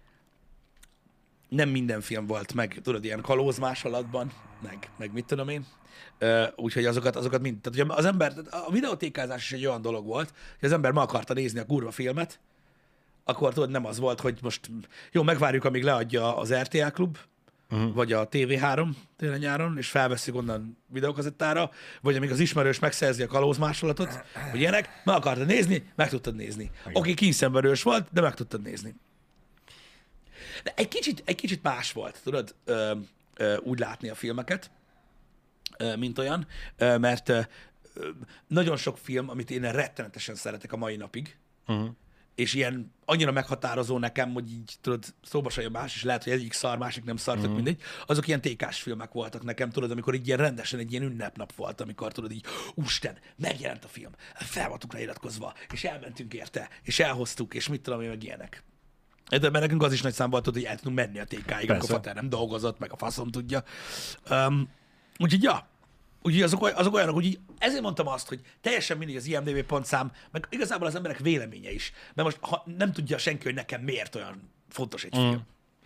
nem minden film volt meg, tudod, ilyen kalóz másolatban, meg mit tudom én. Úgyhogy azokat mind. Tehát ugye az ember, a videótékázás is egy olyan dolog volt, hogy az ember ma akarta nézni a kurva filmet, akkor tudod, nem az volt, hogy most jó, megvárjuk, amíg leadja az RTL Klub, vagy a TV3 télen nyáron, és felveszik onnan videókazettára, vagy amíg az ismerős megszerzi a kalóz másolatot, vagy ilyenek, meg akartad nézni, meg tudtad nézni. Oké, kényszenvedős volt, de meg tudtad nézni. De egy kicsit más volt, tudod, úgy látni a filmeket, mint olyan, mert nagyon sok film, amit én rettenetesen szeretek a mai napig, és ilyen annyira meghatározó nekem, hogy így tudod, szóba se jön más, és lehet, hogy egyik szar, másik nem szar, tök mindegy. Azok ilyen tékás filmek voltak nekem, tudod, amikor így ilyen rendesen egy ilyen ünnepnap volt, amikor tudod így, úristen, megjelent a film, fel voltunk rá iratkozva, és elmentünk érte, és elhoztuk, és mit tudom én, meg ilyenek. De mert nekünk az is nagy szám volt, hogy el tudunk menni a TK-ig, amikor a fater nem dolgozott, meg a faszom tudja. Úgyhogy ja, úgyhogy azok olyanok, hogy így, ezért mondtam azt, hogy teljesen mindegy az IMDb pontszám, meg igazából az emberek véleménye is. Mert most ha nem tudja senki, hogy nekem miért olyan fontos egy film.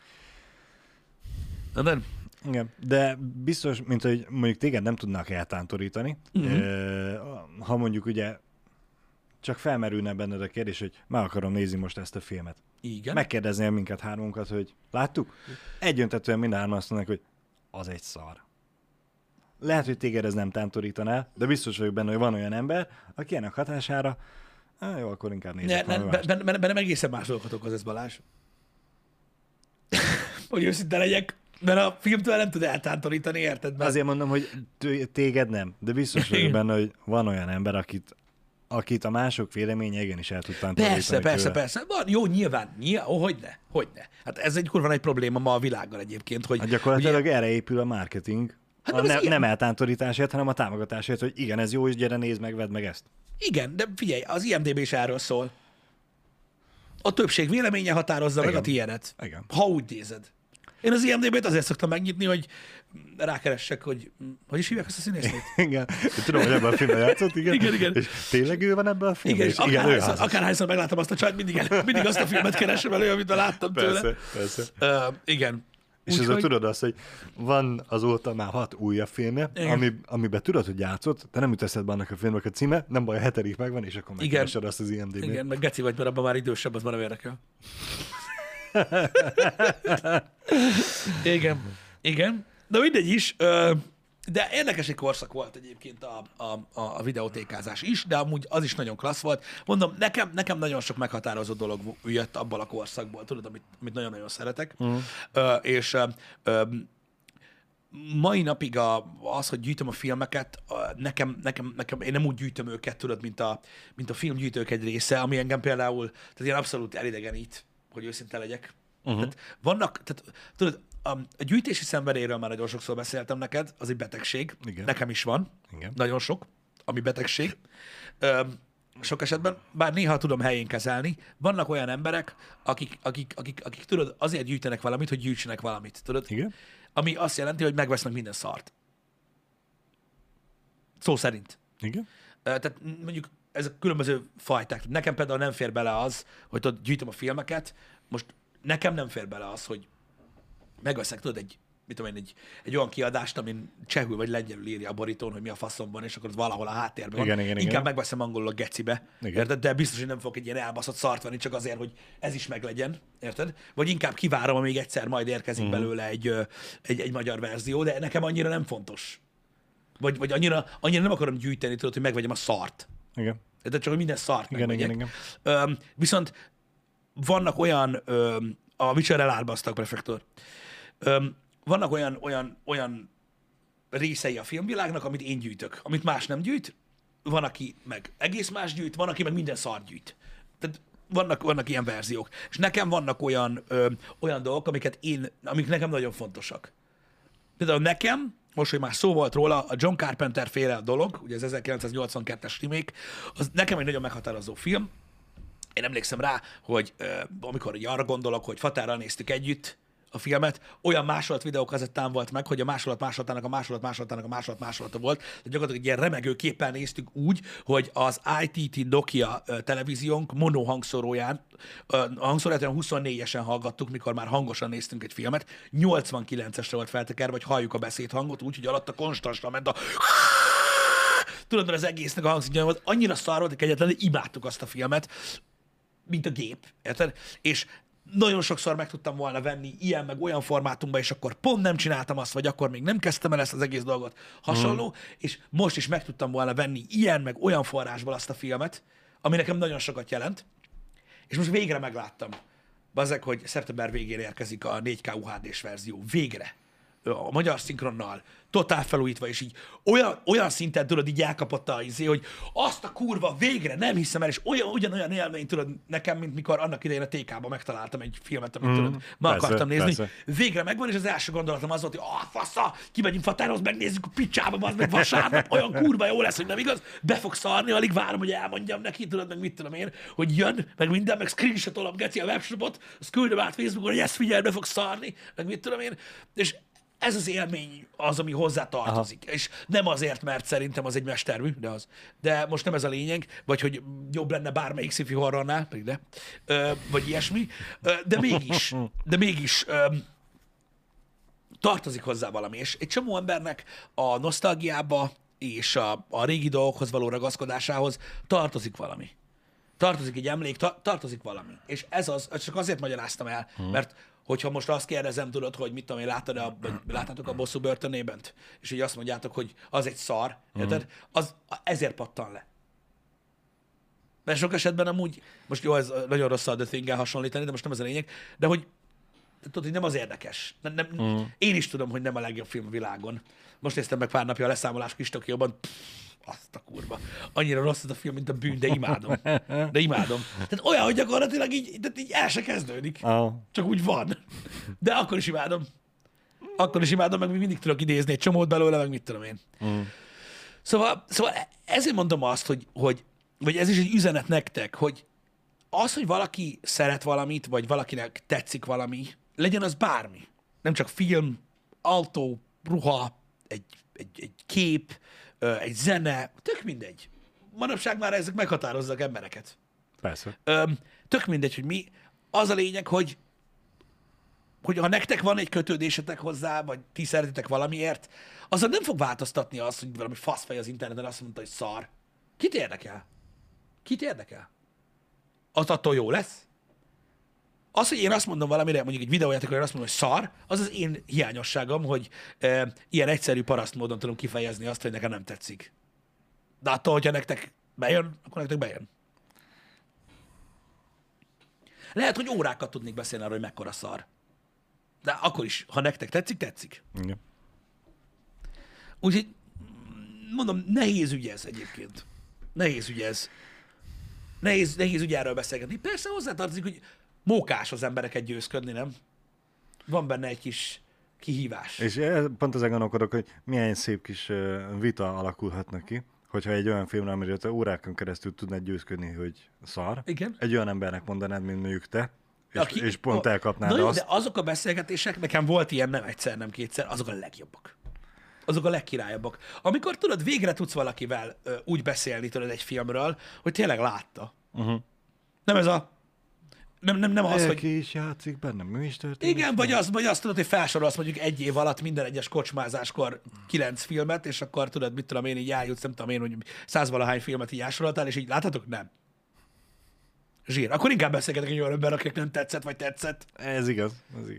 Nem? Igen, de biztos, mint hogy mondjuk téged nem tudnak eltántorítani, ha mondjuk ugye csak felmerülne benned a kérdés, hogy meg akarom nézni most ezt a filmet. Igen. Megkérdeznél minket hármunkat, hogy láttuk? Egyöntetően mind hárman azt mondják, hogy az egy szar. Lehet, hogy téged ez nem tántorítaná, de biztos vagyok benne, hogy van olyan ember, aki ennek hatására, jó, akkor inkább nézzük Benne egészen más dolgokat okoz ez, Balázs. Hogy őszinte legyek, mert a filmtől nem tud eltántorítani, érted? Mert... Azért mondom, hogy téged nem, de biztos vagyok benne, hogy van olyan ember, akit a mások véleménye igenis el tud tántorítani. Persze. Van, jó, nyilván. Hogyne. Hát ez egy kurva nagy probléma ma a világgal egyébként, hogy... Hát gyakorlatilag erre épül a marketing. Hát nem eltántorításért, hanem a támogatásért, hogy igen, ez jó, és gyere, nézd meg, vedd meg ezt. Igen, de figyelj, az IMDb is erről szól. A többség véleménye határozza meg a tiédet. Igen. Ha úgy nézed. Én az IMDb-t azért szoktam megnyitni, hogy rákeressek, hogy is hívják ezt a színésznét? Igen. Én tudom, hogy ebben a filmben játszott, igen. Igen. És tényleg ő van ebben a filmben? Igen, akárhányszor meglátom azt a csajt, mindig azt a filmet keresem elő, amit láttam tőle. Persze. Igen. És ezzel tudod azt, hogy van azóta már 6 újabb filmje, amiben tudod, hogy játszott, de nem jut eszedbe annak a filmnek a címe, nem baj, a 7. megvan, és akkor megkeresed azt az IMDb-t. Igen, meg geci vagy, mert abban már idősebb, az már nem érdekel. Igen. De mindegy is. De érdekes egy korszak volt egyébként a videótékázás is, de amúgy az is nagyon klassz volt. Mondom, nekem nagyon sok meghatározó dolog jött abból a korszakból, tudod, amit nagyon-nagyon szeretek. És mai napig az, hogy gyűjtöm a filmeket, nekem én nem úgy gyűjtöm őket, tudod, mint a filmgyűjtők egy része, ami engem például, tehát ilyen abszolút elidegenít, hogy őszinte legyek. Tehát tudod, a gyűjtési szenvedélyről már nagyon sokszor beszéltem neked, az egy betegség. Igen. Nekem is van. Igen. Nagyon sok, ami betegség. Sok esetben, bár néha tudom helyén kezelni, vannak olyan emberek, akik tudod, azért gyűjtenek valamit, hogy gyűjtsenek valamit, tudod? Igen. Ami azt jelenti, hogy megvesznek minden szart. Szó szerint. Igen. Tehát mondjuk ezek különböző fajták. Nekem például nem fér bele az, hogy tudod, gyűjtöm a filmeket, most nekem nem fér bele az, hogy megveszek, tudod, egy olyan kiadást, amin csehül vagy lengyelül írja a borítón, hogy mi a faszomban, és akkor az valahol a háttérben van. Inkább megveszem angolul a gecibe, érted? De biztos, hogy nem fogok egy ilyen elbaszott szart venni, csak azért, hogy ez is meglegyen, érted? Vagy inkább kivárom, amíg egyszer majd érkezik belőle egy magyar verzió, de nekem annyira nem fontos. Vagy annyira nem akarom gyűjteni, tudod, hogy megvegyem a szart. Igen. De csak, hogy minden szart megvegyek. Viszont vannak olyan, a Witcher-rel árbasztak, prefektor. Vannak olyan részei a filmvilágnak, amit én gyűjtök, amit más nem gyűjt, van, aki meg egész más gyűjt, van, aki meg minden szar gyűjt. Tehát vannak ilyen verziók. És nekem vannak olyan dolgok, amik nekem nagyon fontosak. Például nekem, most, hogy már szó volt róla, a John Carpenter féle dolog, ugye az 1982-es remake, az nekem egy nagyon meghatározó film. Én emlékszem rá, hogy amikor arra gondolok, hogy Fatárral néztük együtt a filmet, olyan másolat videókazettán volt meg, hogy a másolatának a másolata volt, de gyakorlatilag egy ilyen remegő képpel néztük úgy, hogy az ITT Nokia televíziónk mono hangszóróján, a hangszóróját olyan 24-esen hallgattuk, mikor már hangosan néztünk egy filmet, 89-esre volt feltekerve, hogy halljuk a beszédhangot, úgyhogy alatta konstansra ment a tudod, mert az egésznek a hangszintje volt, annyira szar volt, hogy kegyetlenül imádtuk azt a filmet, mint a gép, érted? És nagyon sokszor meg tudtam volna venni ilyen meg olyan formátumban, és akkor pont nem csináltam azt, vagy akkor még nem kezdtem el ezt az egész dolgot hasonló, és most is meg tudtam volna venni ilyen meg olyan forrásból azt a filmet, ami nekem nagyon sokat jelent, és most végre megláttam, bazzeg, hogy szeptember végén érkezik a 4K UHD-s verzió. Végre. A magyar szinkronnal, totál felújítva, és így olyan szinten tudod, így elkapott a izé, hogy azt a kurva végre nem hiszem el, és ugyanolyan élmény tudod nekem, mint mikor annak idején a TK-ban megtaláltam egy filmet, amit tudod, akartam nézni. Persze. Végre megvan, és az első gondolatom az volt, hogy fasza, kimegyünk Fatárhoz, megnézzük a picsába, az meg vasárnap, olyan kurva jó lesz, hogy nem igaz, be fog szarni, alig várom, hogy elmondjam neki, tudod, meg mit tudom én, hogy jön, meg minden, meg screenshotolom geci a webshopot, azt küldöm át Facebookon, hogy ezt figyelj, be fog szarni, meg mit tudom én, és ez az élmény az, ami hozzá tartozik. És nem azért, mert szerintem az egy mestermű, de az. De most nem ez a lényeg, vagy hogy jobb lenne bármelyik sci-fi horrornál, pedig de, vagy ilyesmi, de mégis tartozik hozzá valami. És egy csomó embernek a nosztalgiába és a régi dolgokhoz való ragaszkodásához tartozik valami. Tartozik egy emlék, tartozik valami. És ez az, csak azért magyaráztam el, mert hogyha most azt kérdezem, tudod, hogy mit tudom én, láttátok a Bosszú börtönében, és így azt mondjátok, hogy az egy szar, érted? Az ezért pattan le. Mert sok esetben amúgy, most jó, ez nagyon rossz a The Thing-el hasonlítani, de most nem ez a lényeg, de hogy tudod, hogy nem az érdekes. Én is tudom, hogy nem a legjobb film a világon. Most néztem meg pár napja a Leszámolás kis Tokióban, azt a kurva. Annyira rossz ez a film, mint a Bűn, de imádom. De imádom. Tehát olyan, hogy gyakorlatilag így el se kezdődik. Csak úgy van. De akkor is imádom. Akkor is imádom, meg még mindig tudok idézni egy csomót belőle, meg mit tudom én. Szóval ezért mondom azt, hogy vagy ez is egy üzenet nektek, hogy az, hogy valaki szeret valamit, vagy valakinek tetszik valami, legyen az bármi. Nem csak film, autó, ruha, egy kép, egy zene, tök mindegy. Manapság már ezek meghatározzak embereket. Persze. Tök mindegy, hogy mi. Az a lényeg, hogy ha nektek van egy kötődésetek hozzá, vagy ti szeretitek valamiért, azon nem fog változtatni az, hogy valami faszfej az interneten azt mondta, hogy szar. Kit érdekel? Kit érdekel? Az attól jó lesz? Az, hogy én azt mondom valamire, mondjuk egy videójátékról azt mondom, hogy szar, az az én hiányosságom, hogy ilyen egyszerű paraszt módon tudom kifejezni azt, hogy nekem nem tetszik. De attól, hogyha nektek bejön, akkor nektek bejön. Lehet, hogy órákat tudnék beszélni arról, hogy mekkora szar. De akkor is, ha nektek tetszik, tetszik. Igen. Úgyhogy mondom, nehéz ügy ez egyébként. Nehéz ügy ez. Nehéz ügy erről beszélgetni. Persze hozzátartozik, hogy mókás az embereket győzködni, nem? Van benne egy kis kihívás. És pont ezen gondolkodok, hogy milyen szép kis vita alakulhatna ki, hogyha egy olyan filmre, amiről te órákon keresztül tudnád győzködni, hogy szar. Igen. Egy olyan embernek mondanád, mint mondjuk te, és pont elkapnád azt. De azok a beszélgetések, nekem volt ilyen nem egyszer, nem kétszer, azok a legjobbak. Azok a legkirályabbak. Amikor tudod, végre tudsz valakivel úgy beszélni tudod egy filmről, hogy tényleg látta. Nem ez a... Nem az, hogy... Ki is játszik benne, mi is történik? Igen, vagy azt tudod, hogy felsorolsz mondjuk egy év alatt minden egyes kocsmázáskor 9 filmet, és akkor tudod, mit tudom én, így eljutsz, nem tudom én, hogy 100-valahány filmet így ásoroltál, és így láthatok? Nem. Zsír. Akkor inkább beszélgetek egy olyan ember, akik nem tetszett, vagy tetszett. Ez igaz.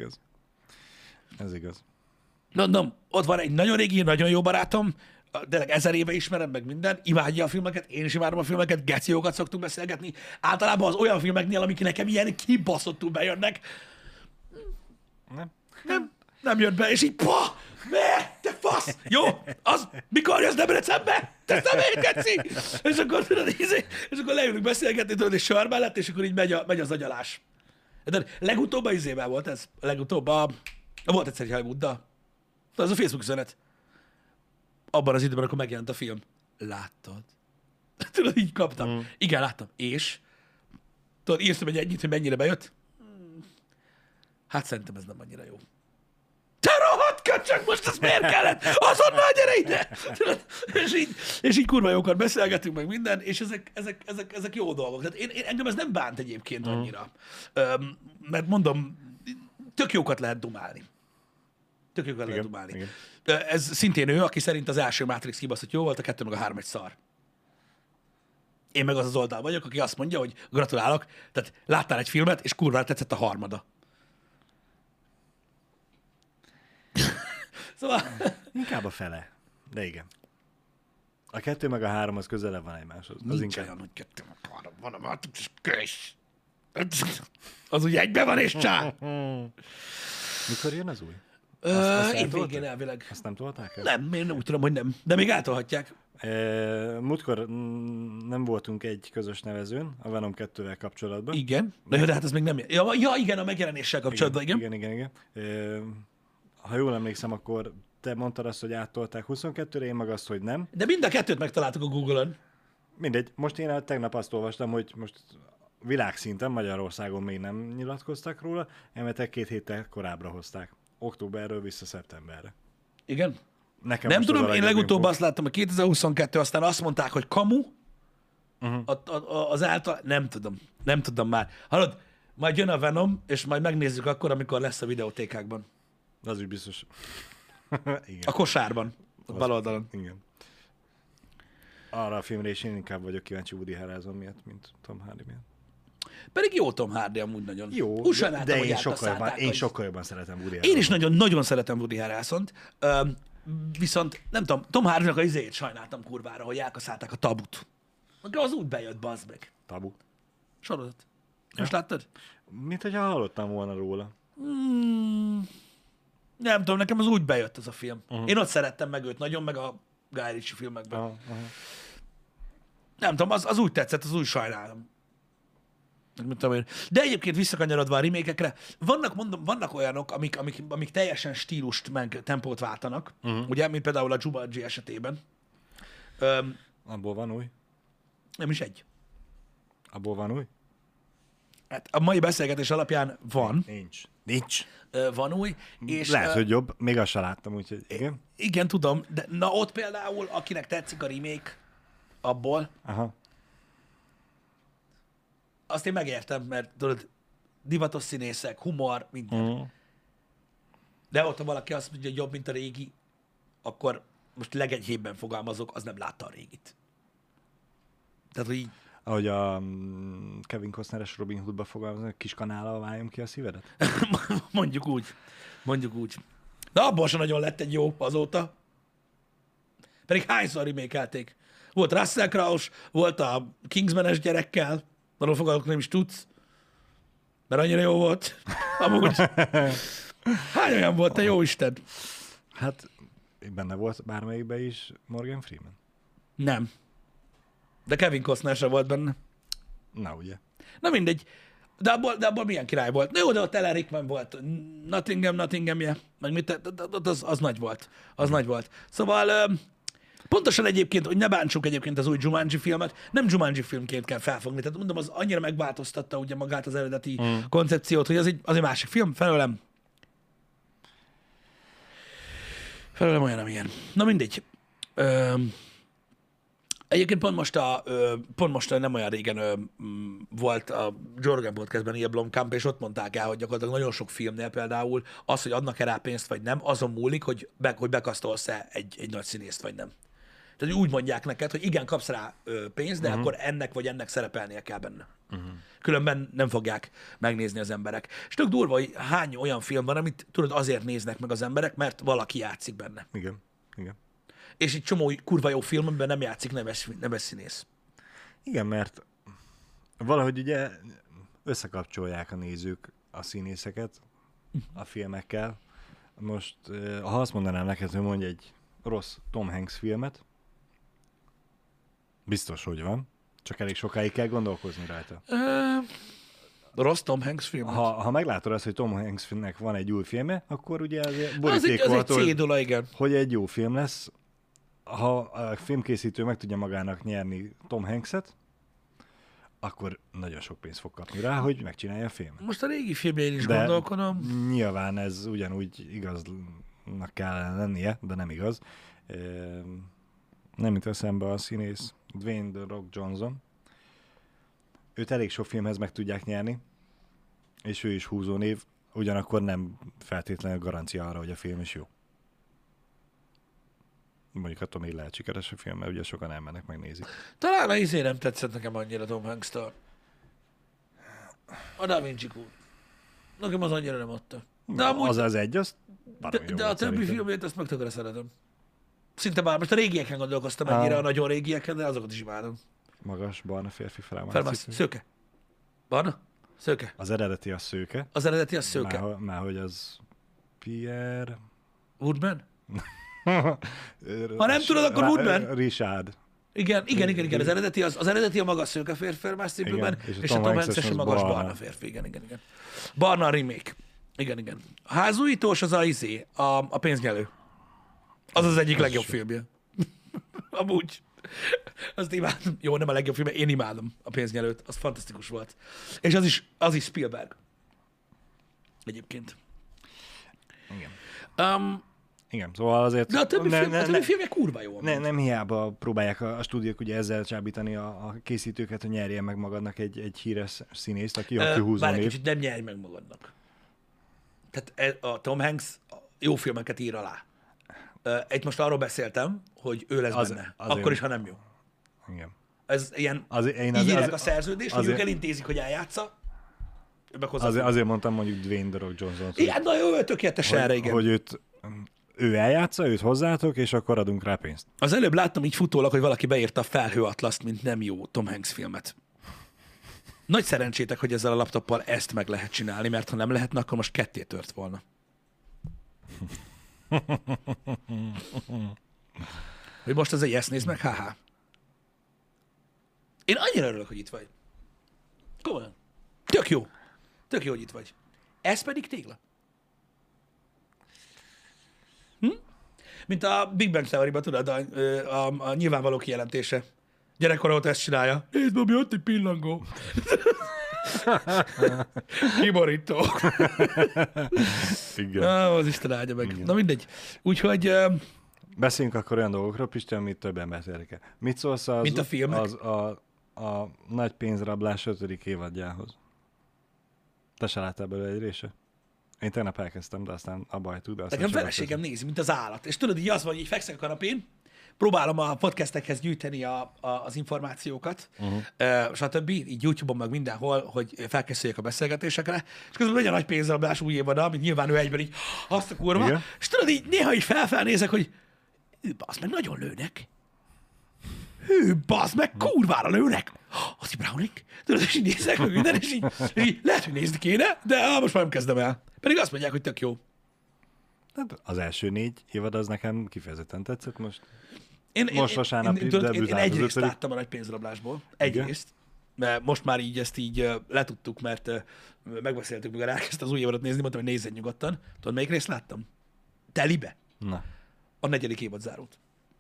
Mondom, ott van egy nagyon régi, nagyon jó barátom, tényleg 1000 éve ismerem meg minden, imádja a filmeket, én is imádom a filmeket, geciókat szoktunk beszélgetni. Általában az olyan filmeknél, amik nekem ilyen kibaszottul bejönnek. Nem. Nem jött be, és így, miért? Te fasz! Jó, az mikor jössz Debrecenbe? Te személykeci! És akkor tudod, és akkor leülünk beszélgetni, tudod, és sör mellett, és akkor így megy az agyalás. De legutóbb a izével volt ez. Legutóbb volt egyszer egy Hollywood-dal. Ez a Facebook üzenet. Abban az időben, akkor megjelent a film. Láttad? Tudod, így kaptam. Igen, láttam. És? Tudod, írtam egy ennyit, hogy mennyire bejött? Hát szerintem ez nem annyira jó. Te rohadt köcsög, most ez miért kellett? Azonnal gyere ide! Tudod? És így kurva jókat beszélgetünk meg minden, és ezek jó dolgok. Tehát engem ez nem bánt egyébként annyira. Mert mondom, tök jókat lehet dumálni. Tök jókat lehet dumálni. Igen. Ez szintén ő, aki szerint az első Matrix kibaszott jó volt, a 2 meg a 3 egy szar. Én meg az oldal vagyok, aki azt mondja, hogy gratulálok, tehát láttál egy filmet, és kurvára tetszett a harmada. Szóval... Inkább a fele, de igen. A 2 meg a 3 az közelebb van egymáshoz. Az nincs olyan, hogy 2 meg 3 van, a Matrix kös. Az úgy egyben van, és csá. Mikor jön az új? Évvégén elvileg. Azt nem tolták el? Nem, én úgy tudom, hogy nem. De még eltolhatják. Múltkor nem voltunk egy közös nevezőn a Venom 2-vel kapcsolatban. Igen, de hát ez még nem... Ja, igen, a megjelenéssel kapcsolatban, igen. Igen. Ha jól emlékszem, akkor te mondtad azt, hogy áttolták 22-re, én meg azt, hogy nem. De mind a kettőt megtaláltuk a Google-on. Mindegy. Most én tegnap azt olvastam, hogy most világszinten Magyarországon még nem nyilatkoztak róla, emetek 2 héttel korábbra hozták. Októberről vissza szeptemberre. Igen? Nekem nem tudom, én legutóbb azt láttam, hogy 2022, aztán azt mondták, hogy kamu, az által, nem tudom már. Hallod, majd jön a Venom, és majd megnézzük akkor, amikor lesz a videótékákban. Az is biztos. Igen. A kosárban, a bal oldalon. Igen. Arra a filmre is én inkább vagyok kíváncsi Woody Harrelson miatt, mint Tom Hardy miatt. Pedig jó Tom Hardy amúgy nagyon. Jó, de én sokkal jobban szeretem Woody Harrelson. Én is nagyon szeretem Woody Harrelsont, viszont nem tudom, Tom Hardynak a izéjét sajnáltam kurvára, hogy elkaszálták a Tabut. Az úgy bejött, bazd meg. Tabu? Sorozat. Most láttad? Mint hogyha hallottam volna róla. Nem tudom, nekem az úgy bejött az a film. Én ott szerettem meg őt nagyon, meg a Guy Ritchie filmekben. Nem tudom, az úgy tetszett, az úgy sajnálom. De egyébként visszakanyarodva a remake-ekre, vannak olyanok, amik teljesen stílust meg tempót váltanak, ugye, mint például a Jumanji esetében. Abból van új? Nem is egy. Abból van új? Hát a mai beszélgetés alapján van. Nincs. Van új. És, lehet, hogy jobb. Még azt sem láttam, úgyhogy igen. Igen, tudom. De na ott például, akinek tetszik a remake abból, azt én megértem, mert tudod, divatos színészek, humor, minden. De ott, ha valaki azt mondja, hogy jobb, mint a régi, akkor most legenyhébben fogalmazok, az nem látta a régit. Tehát, hogy így... Ahogy a Kevin Costneres Robin Hoodba fogalmaznak, kis kanállal váljam ki a szívedet? Mondjuk úgy. De abból sem nagyon lett egy jó azóta. Pedig hányszor remake-elték? Volt Russell Crowe, volt a Kingsman-es gyerekkel, arról fogalmazok, nem is tudsz, mert annyira jó volt. Amúgy. Hány olyan volt, te jó Isten? Hát, benne volt bármelyikben is Morgan Freeman? Nem. De Kevin Costner sem volt benne. Na, ugye. Na mindegy. De abból milyen király volt. Na jó, de ott Alan Rickman volt. Nottingham-je. Meg mit, az nagy volt. Az nagy volt. Szóval pontosan egyébként, hogy ne bántsuk egyébként az új Jumanji filmet, nem Jumanji filmként kell felfogni. Tehát mondom, az annyira megváltoztatta ugye magát az eredeti koncepciót, hogy az egy másik film. Felőlem olyan, amilyen. Na mindegy. Egyébként pont most nem olyan régen volt a Joe Rogan Podcastben ilyen Blomkamp, és ott mondták el, hogy gyakorlatilag nagyon sok filmnél például az, hogy adnak-e rá pénzt, vagy nem, azon múlik, hogy bekasztolsz-e egy nagy színészt, vagy nem. Tehát úgy mondják neked, hogy igen, kapsz rá pénzt, de akkor ennek vagy ennek szerepelnie kell benne. Különben nem fogják megnézni az emberek. És tök durva, hogy hány olyan film van, amit tudod azért néznek meg az emberek, mert valaki játszik benne. Igen. És egy csomó kurva jó film, amiben nem játszik neves színész. Igen, mert valahogy ugye összekapcsolják a nézők a színészeket a filmekkel, Most, ha azt mondanám neked, hogy mondj egy rossz Tom Hanks filmet, biztos, hogy van. Csak elég sokáig kell gondolkozni rajta. Rossz Tom Hanks film? Ha meglátod azt, hogy Tom Hanksnek van egy új filmje, akkor ugye az egy cédula, igen. Hogy egy jó film lesz. Ha a filmkészítő meg tudja magának nyerni Tom Hankset, akkor nagyon sok pénzt fog kapni rá, hogy megcsinálja a film. Most a régi filmjén is gondolkodom. Nyilván ez ugyanúgy igaznak kellene lennie, de nem igaz. Nem jut eszembe a színész, Dwayne The Rock Johnson. Őt elég sok filmhez meg tudják nyerni, és ő is húzónév, ugyanakkor nem feltétlenül garancia arra, hogy a film is jó. Mondjuk attól még lehet sikeres a film, mert ugye sokan elmennek, megnézik. Talán a izé nem tetszett nekem annyira Tom Hanks-től. A Da Vinci Code. Nekem az annyira nem adta. De amúgy, az egy, az de a többi filmjét azt meg tökre szeretem. Szinte már most a régieken gondolkoztam ennyire, a nagyon régieken, de azokat is imádom. Magas, barna férfi felmászik. Szőke. Barna? Szőke. Az eredeti az szőke. Az eredeti az szőke. Már hogy az Pierre... Woodman? Ha nem tudod, akkor Woodman. Richard. Igen. Az eredeti a magas szőke férfi felmás cipőben, és a Tom Hanks a magas barna férfi. Igen. Barna a remake. Igen. A házújítós az a pénznyelő. Az az egyik legjobb filmje. Amúgy. Azt imádom. Jó, nem a legjobb film, én imádom a pénznyelőt. Az fantasztikus volt. És az is Spielberg. Egyébként. Igen. Igen, szóval azért... De a többi filmje kurva jó. Nem hiába próbálják a stúdiók ugye ezzel csábítani a készítőket, hogy nyerjen meg magadnak egy híres színészt, aki a kihúzó név. Kicsit nem nyerj meg magadnak. Tehát a Tom Hanks jó filmeket ír alá. Egy most arról beszéltem, hogy ő lesz benne. Akkor is, ha nem jó. Igen. Ez ilyen, így írják a szerződést, hogy ők elintézik, hogy eljátsza. Azért mondtam mondjuk Dwayne The Rock Johnson. Igen, na jó, tökéletes erre, igen. Hogy ő eljátsza, őt hozzátok, és akkor adunk rá pénzt. Az előbb láttam így futólag, hogy valaki beírta a Felhőatlaszt, mint nem jó Tom Hanks filmet. Nagy szerencsétek, hogy ezzel a laptoppal ezt meg lehet csinálni, mert ha nem lehetne, akkor most ketté tört volna. Hogy most ez egy ezt nézd meg, haha. Én annyira örülök, hogy itt vagy. Komolyan. Tök jó, hogy itt vagy. Ez pedig tégla. Mint a Big Bang Theory-ban, tudod, a nyilvánvaló kijelentése. Gyerekkor ott ezt csinálja. Nézd, Bobby, ott egy pillangó. Kiborító. Igen. Az Isten áldja meg. Igen. Na mindegy. Úgyhogy... Beszéljünk akkor olyan dolgokról, Pisti, amit többen beszélik el. Mit szólsz mint a filmek? A nagy pénzrablás 5. évadjához? Te se láttál belőle egy része? Én tegnap elkezdtem, de aztán abba hagytuk, de aztán nekem feleségem nézi, mint az állat. És tudod, így az van, hogy így fekszek a kanapén, próbálom a podcastekhez gyűjteni az információkat, stb. Így YouTube-on meg mindenhol, hogy felkészüljek a beszélgetésekre, és közben megy a nagy pénzrablás új évada, amit nyilván ő egyben így azt a kurva, igen. És tudod, így néha így felnézek, hogy basz meg, nagyon lőnek. Basz meg, kurvára lőnek. Ozzy Browning. Tudod, és így nézek meg minden, és így lehet, hogy nézni kéne, de most már nem kezdem el. Pedig azt mondják, hogy tök jó. Az első 4 évad az nekem kifejezetten tetszett most. Most vasárnap én egy részt láttam a nagy pénzrablásból. Egy részt. Mert most már így ezt így letudtuk, mert megbeszéltük, mikor elkezdte az új évadat nézni, mondtam, hogy nézzen nyugodtan. Tudod, melyik részt láttam? Telibe. Na. A 4. évad zárult.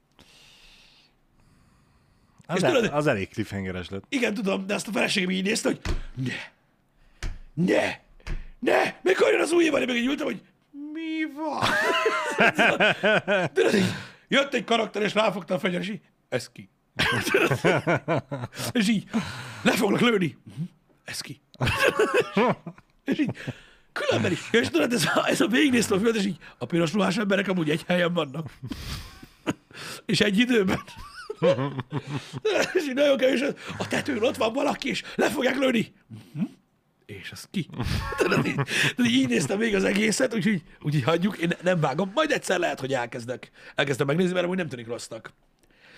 Az elég cliffhangeres lett. Igen, tudom, de azt a feleségem így nézte, hogy ne, mikor jön az új évad, én meg így ültem, hogy mi van? Tudod, így jött egy karakter, és ráfogta a fegyver, és így, ez ki? És így, le foglak lőni. Ez ki? És így, különben is. És tudod, ez a végignéztem a filmet, és így, a piros ruhás emberek amúgy egy helyen vannak. És egy időben. És így nagyon kevés, a tetőn ott van valaki, és le fogják lőni. És az ki? Tudod, így néztem még az egészet, úgyhogy hagyjuk, én nem vágom. Majd egyszer lehet, hogy elkezdem megnézni, mert amúgy nem tűnik rossznak.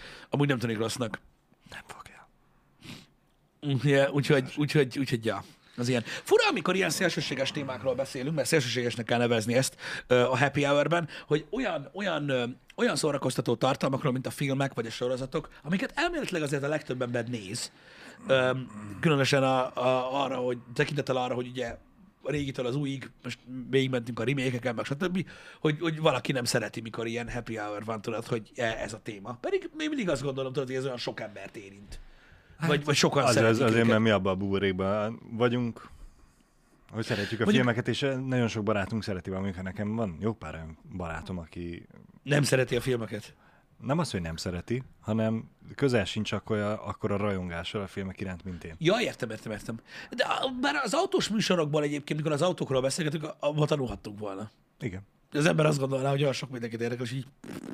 Nem fogja. Yeah, úgyhogy ja. Az ilyen. Fura, amikor ilyen szélsőséges témákról beszélünk, mert szélsőségesnek kell nevezni ezt a happy hour-ben, hogy olyan szórakoztató tartalmakról, mint a filmek vagy a sorozatok, amiket elméletileg azért a legtöbb ember néz, különösen arra, hogy tekintettel arra, hogy ugye a régitől az újig, most végigmentünk a remake-eken, meg stb., hogy valaki nem szereti, mikor ilyen happy hour van, tudod, hogy ez a téma. Pedig még mindig azt gondolom, tudod, hogy ez olyan sok embert érint. Vagy sokan szeretik azért, mert mi abban a buborékban vagyunk, hogy szeretjük a filmeket, és nagyon sok barátunk szereti valamit, nekem van jó pár olyan barátom, aki... Nem szereti a filmeket? Nem az, hogy nem szereti, hanem közel sincs akkor a rajongással a filmek iránt, mint én. Ja, értem. De bár az autós műsorokból egyébként, mikor az autókról beszélgetünk, abban tanulhattunk volna. Igen. Az ember azt gondolná, hogy olyan sok mindenkit érdekel, és így...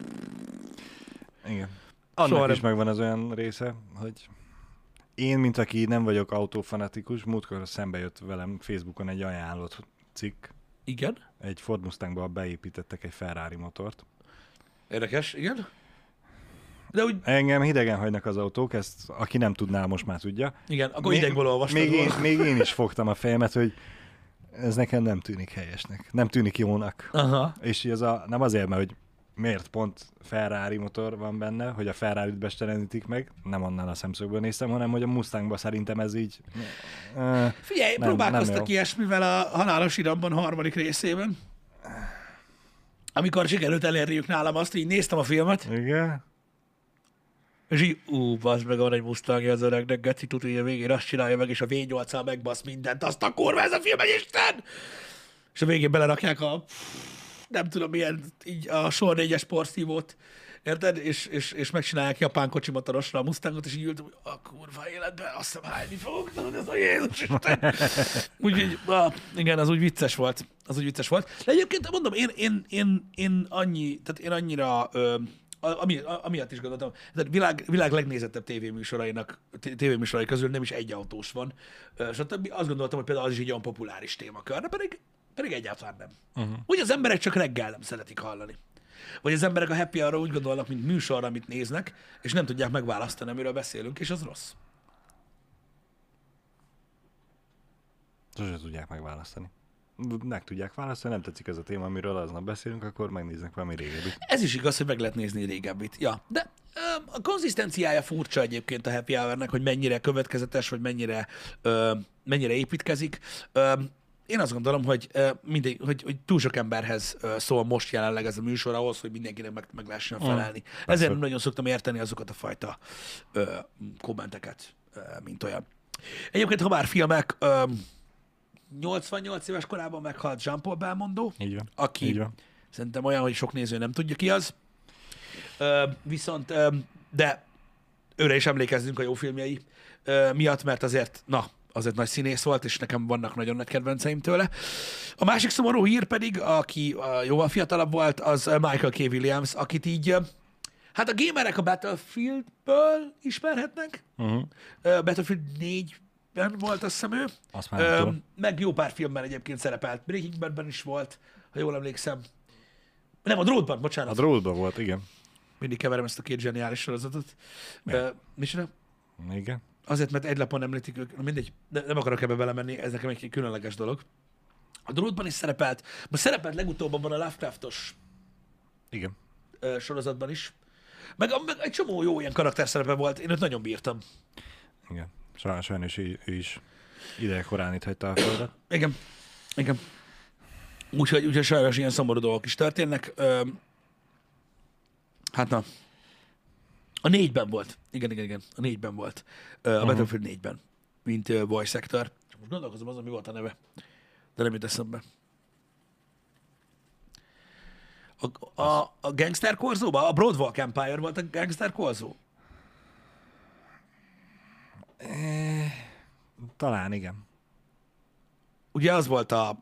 Igen. Annak is megvan az olyan része, hogy én, mint aki nem vagyok autófanatikus, múltkor szembe jött velem Facebookon egy ajánlott cikk. Igen? Egy Ford Mustangba beépítettek egy Ferrari motort. Érdekes, igen. De úgy... Engem hidegen hagynak az autók, ezt aki nem tudná, most már tudja. Igen, akkor idegből olvastad. Még én is fogtam a fejemet, hogy ez nekem nem tűnik helyesnek, nem tűnik jónak. Aha. És ez nem azért, mert hogy miért pont Ferrari motor van benne, hogy a Ferrari-t bestelenítik meg, nem annál a szemszögből néztem, hanem hogy a Mustangban szerintem ez így... Figyelj, próbálkoztak ilyesmivel a Halálos Iramban 3. részében. Amikor sikerült elérniük nálam azt, így néztem a filmet. Igen. És így, bassz meg, van egy Mustangja az öregnek, geci tud, hogy a végén azt csinálja meg, és a V8-al megbasz mindent, azt a kurva, ez a film egy Isten! És a végén belerakják nem tudom milyen, így a sor 4-es sportszívót, érted? És megcsinálják japán kocsimatorosra a Mustangot, és így ültem, hogy a kurva életben azt hiszem hányni fogok, tudod, ez a Jézus Isten. Úgyhogy, igen, az úgy vicces volt. De egyébként mondom, én annyira, amiatt is gondoltam, tehát világ legnézettebb tévéműsorai közül nem is egy autós van, stb. Azt gondoltam, hogy például az is egy olyan populáris témakör, de pedig egyáltalán nem. Úgy az emberek csak reggel nem szeretik hallani. Vagy az emberek a happy hour-ra úgy gondolnak, mint műsorra, amit néznek, és nem tudják megválasztani, amiről beszélünk, és az rossz. Sose tudják megválasztani. Meg tudják választani, nem tetszik ez a téma, amiről aznap beszélünk, akkor megnéznek valami régebbit. Ez is igaz, hogy meg lehet nézni régebbit. Ja, de a konzisztenciája furcsa egyébként a happy hour-nek, hogy mennyire következetes, vagy mennyire építkezik. Én azt gondolom, hogy túl sok emberhez szól most jelenleg ez a műsor ahhoz, hogy mindenkinek meg lehessen felelni. Ezért nagyon szoktam érteni azokat a fajta kommenteket, mint olyan. Egyébként, ha már filmek, 88 éves korában meghalt Jean-Paul Belmondo, aki szerintem olyan, hogy sok néző nem tudja ki az. Viszont, de őre is emlékezzünk a jó filmjei miatt, mert azért nagy színész volt, és nekem vannak nagyon nagy kedvenceim tőle. A másik szomorú hír pedig, aki jóval fiatalabb volt, az Michael K. Williams, akit így, hát a gamerek a Battlefieldből ismerhetnek. Battlefield 4-ben volt, azt hiszem ő. Azt már nem tudom. Meg jó pár filmben egyébként szerepelt. Breaking Badben is volt, ha jól emlékszem. Nem, a Drótban, bocsánat. A Drótban volt, igen. Mindig keverem ezt a két zseniális sorozatot. Micsoda? Igen. Azért, mert egy lapon említik ők, mindegy, nem akarok ebbe belemenni, ez nekem egy különleges dolog. A Drótban is szerepelt, most szerepelt legutóbb abban a Lovecraftos sorozatban is. Meg egy csomó jó ilyen karakterszerepe volt, én őt nagyon bírtam. Igen, sajnos ő is idejekorán itt hagyta a földet. Igen. Úgyhogy sajnos ilyen szomorú dolgok is történnek. Hát na. A 4-ben volt. Igen. A 4-ben volt. A Battlefield 4-ben. Mint voice actor. Most gondolkozom azon, mi volt a neve. De nem jut eszembe. A Gangster Korzóban? A Broadwalk Empire volt a Gangster Korzó? Talán igen. Ugye az volt a...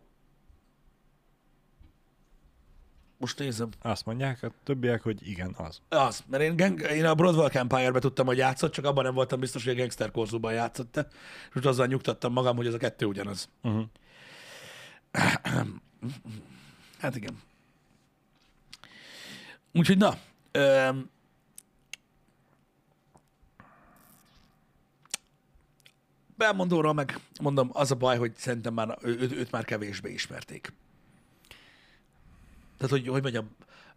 Most nézem. Azt mondják a többiek, hogy igen, az. Az, mert én a Broadwalk Empire-ben tudtam, hogy játszott, csak abban nem voltam biztos, hogy a Gangster Korzóban játszott. És most azzal nyugtattam magam, hogy ez a kettő ugyanaz. Hát igen. Úgyhogy na. Belmondóról meg mondom, az a baj, hogy szerintem már őt már kevésbé ismerték. Tehát, hogy mondjam,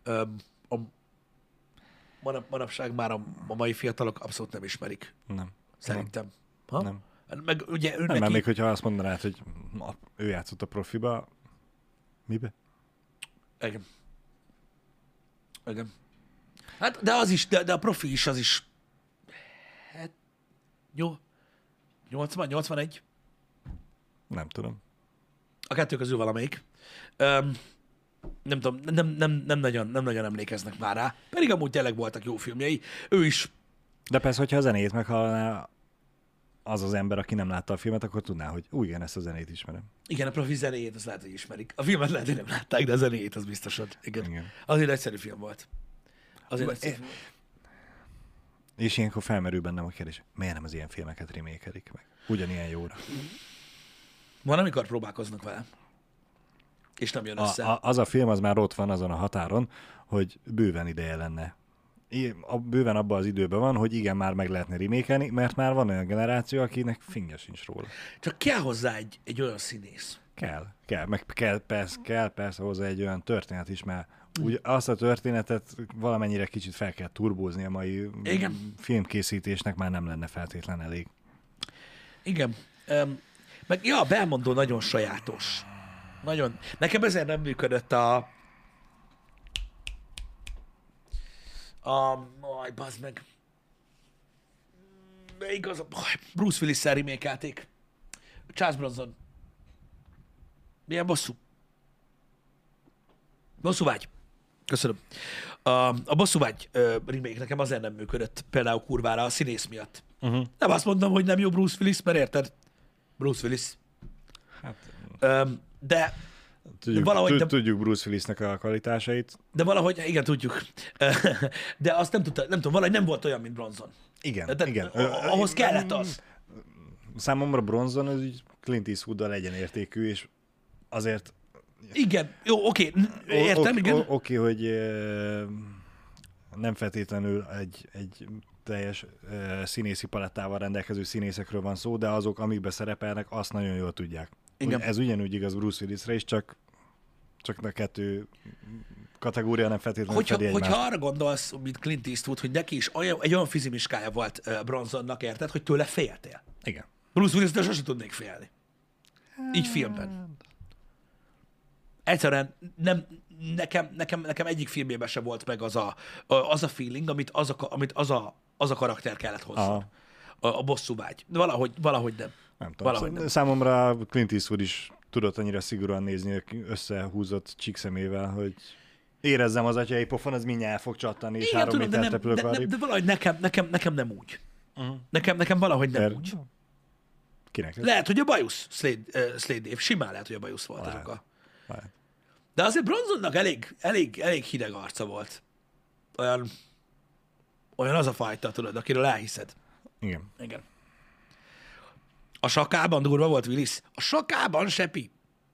manapság már a mai fiatalok abszolút nem ismerik. Nem. Szerintem. Ha? Nem. Meg ugye nem, mert még hogyha azt mondanád, hogy ő játszott a profiba, mibe? Igen. Igen. Hát, de az is, de a profi is, az is. Hát, jó. 80, 81? Nem tudom. A kettő közül valamelyik. Nem tudom, nem nagyon emlékeznek már rá. Pedig amúgy tényleg voltak jó filmjei. Ő is. De persze, hogyha a zenét meghallaná az ember, aki nem látta a filmet, akkor tudná, hogy igen, ezt a zenét ismerem. Igen, a profi zenéjét azt lehet, hogy ismerik. A filmet lehet, hogy nem látták, de a zenéjét az biztos, hogy igen. Azért egyszerű film volt. És ilyenkor felmerül bennem a kérdés, miért nem az ilyen filmeket remékelik meg? Ugyanilyen jóra. Van, amikor próbálkoznak vele. És nem jön össze. Az a film az már ott van azon a határon, hogy bőven ideje lenne. Bőven abban az időben van, hogy igen, már meg lehetne remékelni, mert már van olyan generáció, akinek fingja sincs róla. Csak kell hozzá egy olyan színész. Kell persze hozzá egy olyan történet is, mert úgy azt a történetet valamennyire kicsit fel kell turbózni a mai filmkészítésnek, már nem lenne feltétlen elég. Igen. Meg a Belmondó nagyon sajátos. Nagyon. Nekem ezért nem működött bazd meg. Igaz, Bruce Willis-szel remékelték. Charles Bronson. Milyen bosszú? Bosszúvágy. Köszönöm. A Bosszúvágy remake nekem azért nem működött, például kurvára a színész miatt. Nem azt mondom, hogy nem jó Bruce Willis, mert érted? Bruce Willis. Hát, de tudjuk Bruce Willisnek a kvalitásait. De valahogy, igen, tudjuk. De azt nem tudom, valahogy nem volt olyan, mint Bronson. Igen. Ahhoz kellett az. Számomra Bronson az így Clint Eastwooddal egyenértékű, és azért... Igen, jó, oké, értem, igen. Oké, hogy nem feltétlenül egy teljes színészi palettával rendelkező színészekről van szó, de azok, amikben szerepelnek, azt nagyon jól tudják. Igen. Ez ugyanúgy igaz Bruce Willisre is, csak a kettő kategória nem feltétlenül fedi egymást. Hogyha arra gondolsz, mint Clint Eastwood, hogy neki is egy olyan fizimiskája volt Bronsonnak, érted, hogy tőle féltél. Igen. Bruce Willis-től sosem tudnék félni. Így filmben. Egyszerűen nekem egyik filmjében se volt meg az a feeling, amit az a karakter kellett hozzá. A bosszúvágy. Valahogy nem. Nem tudom. Számomra Clint Eastwood is tudott annyira szigorúan nézni összehúzott csíkszemével, hogy érezzem az atyai pofon, az mindjárt fog csattani, és 3 métert repülök arrébb. De valahogy nekem nem úgy. Nekem valahogy nem úgy. Kinek? Lehet, hogy a bajusz Slade Dave. Simán lehet, hogy a bajusz volt azok a... De azért Bronsonnak elég hideg arca volt. Olyan az a fajta, tudod, akiről elhiszed. Igen. A sakában durva volt Willis. A sakában sepi.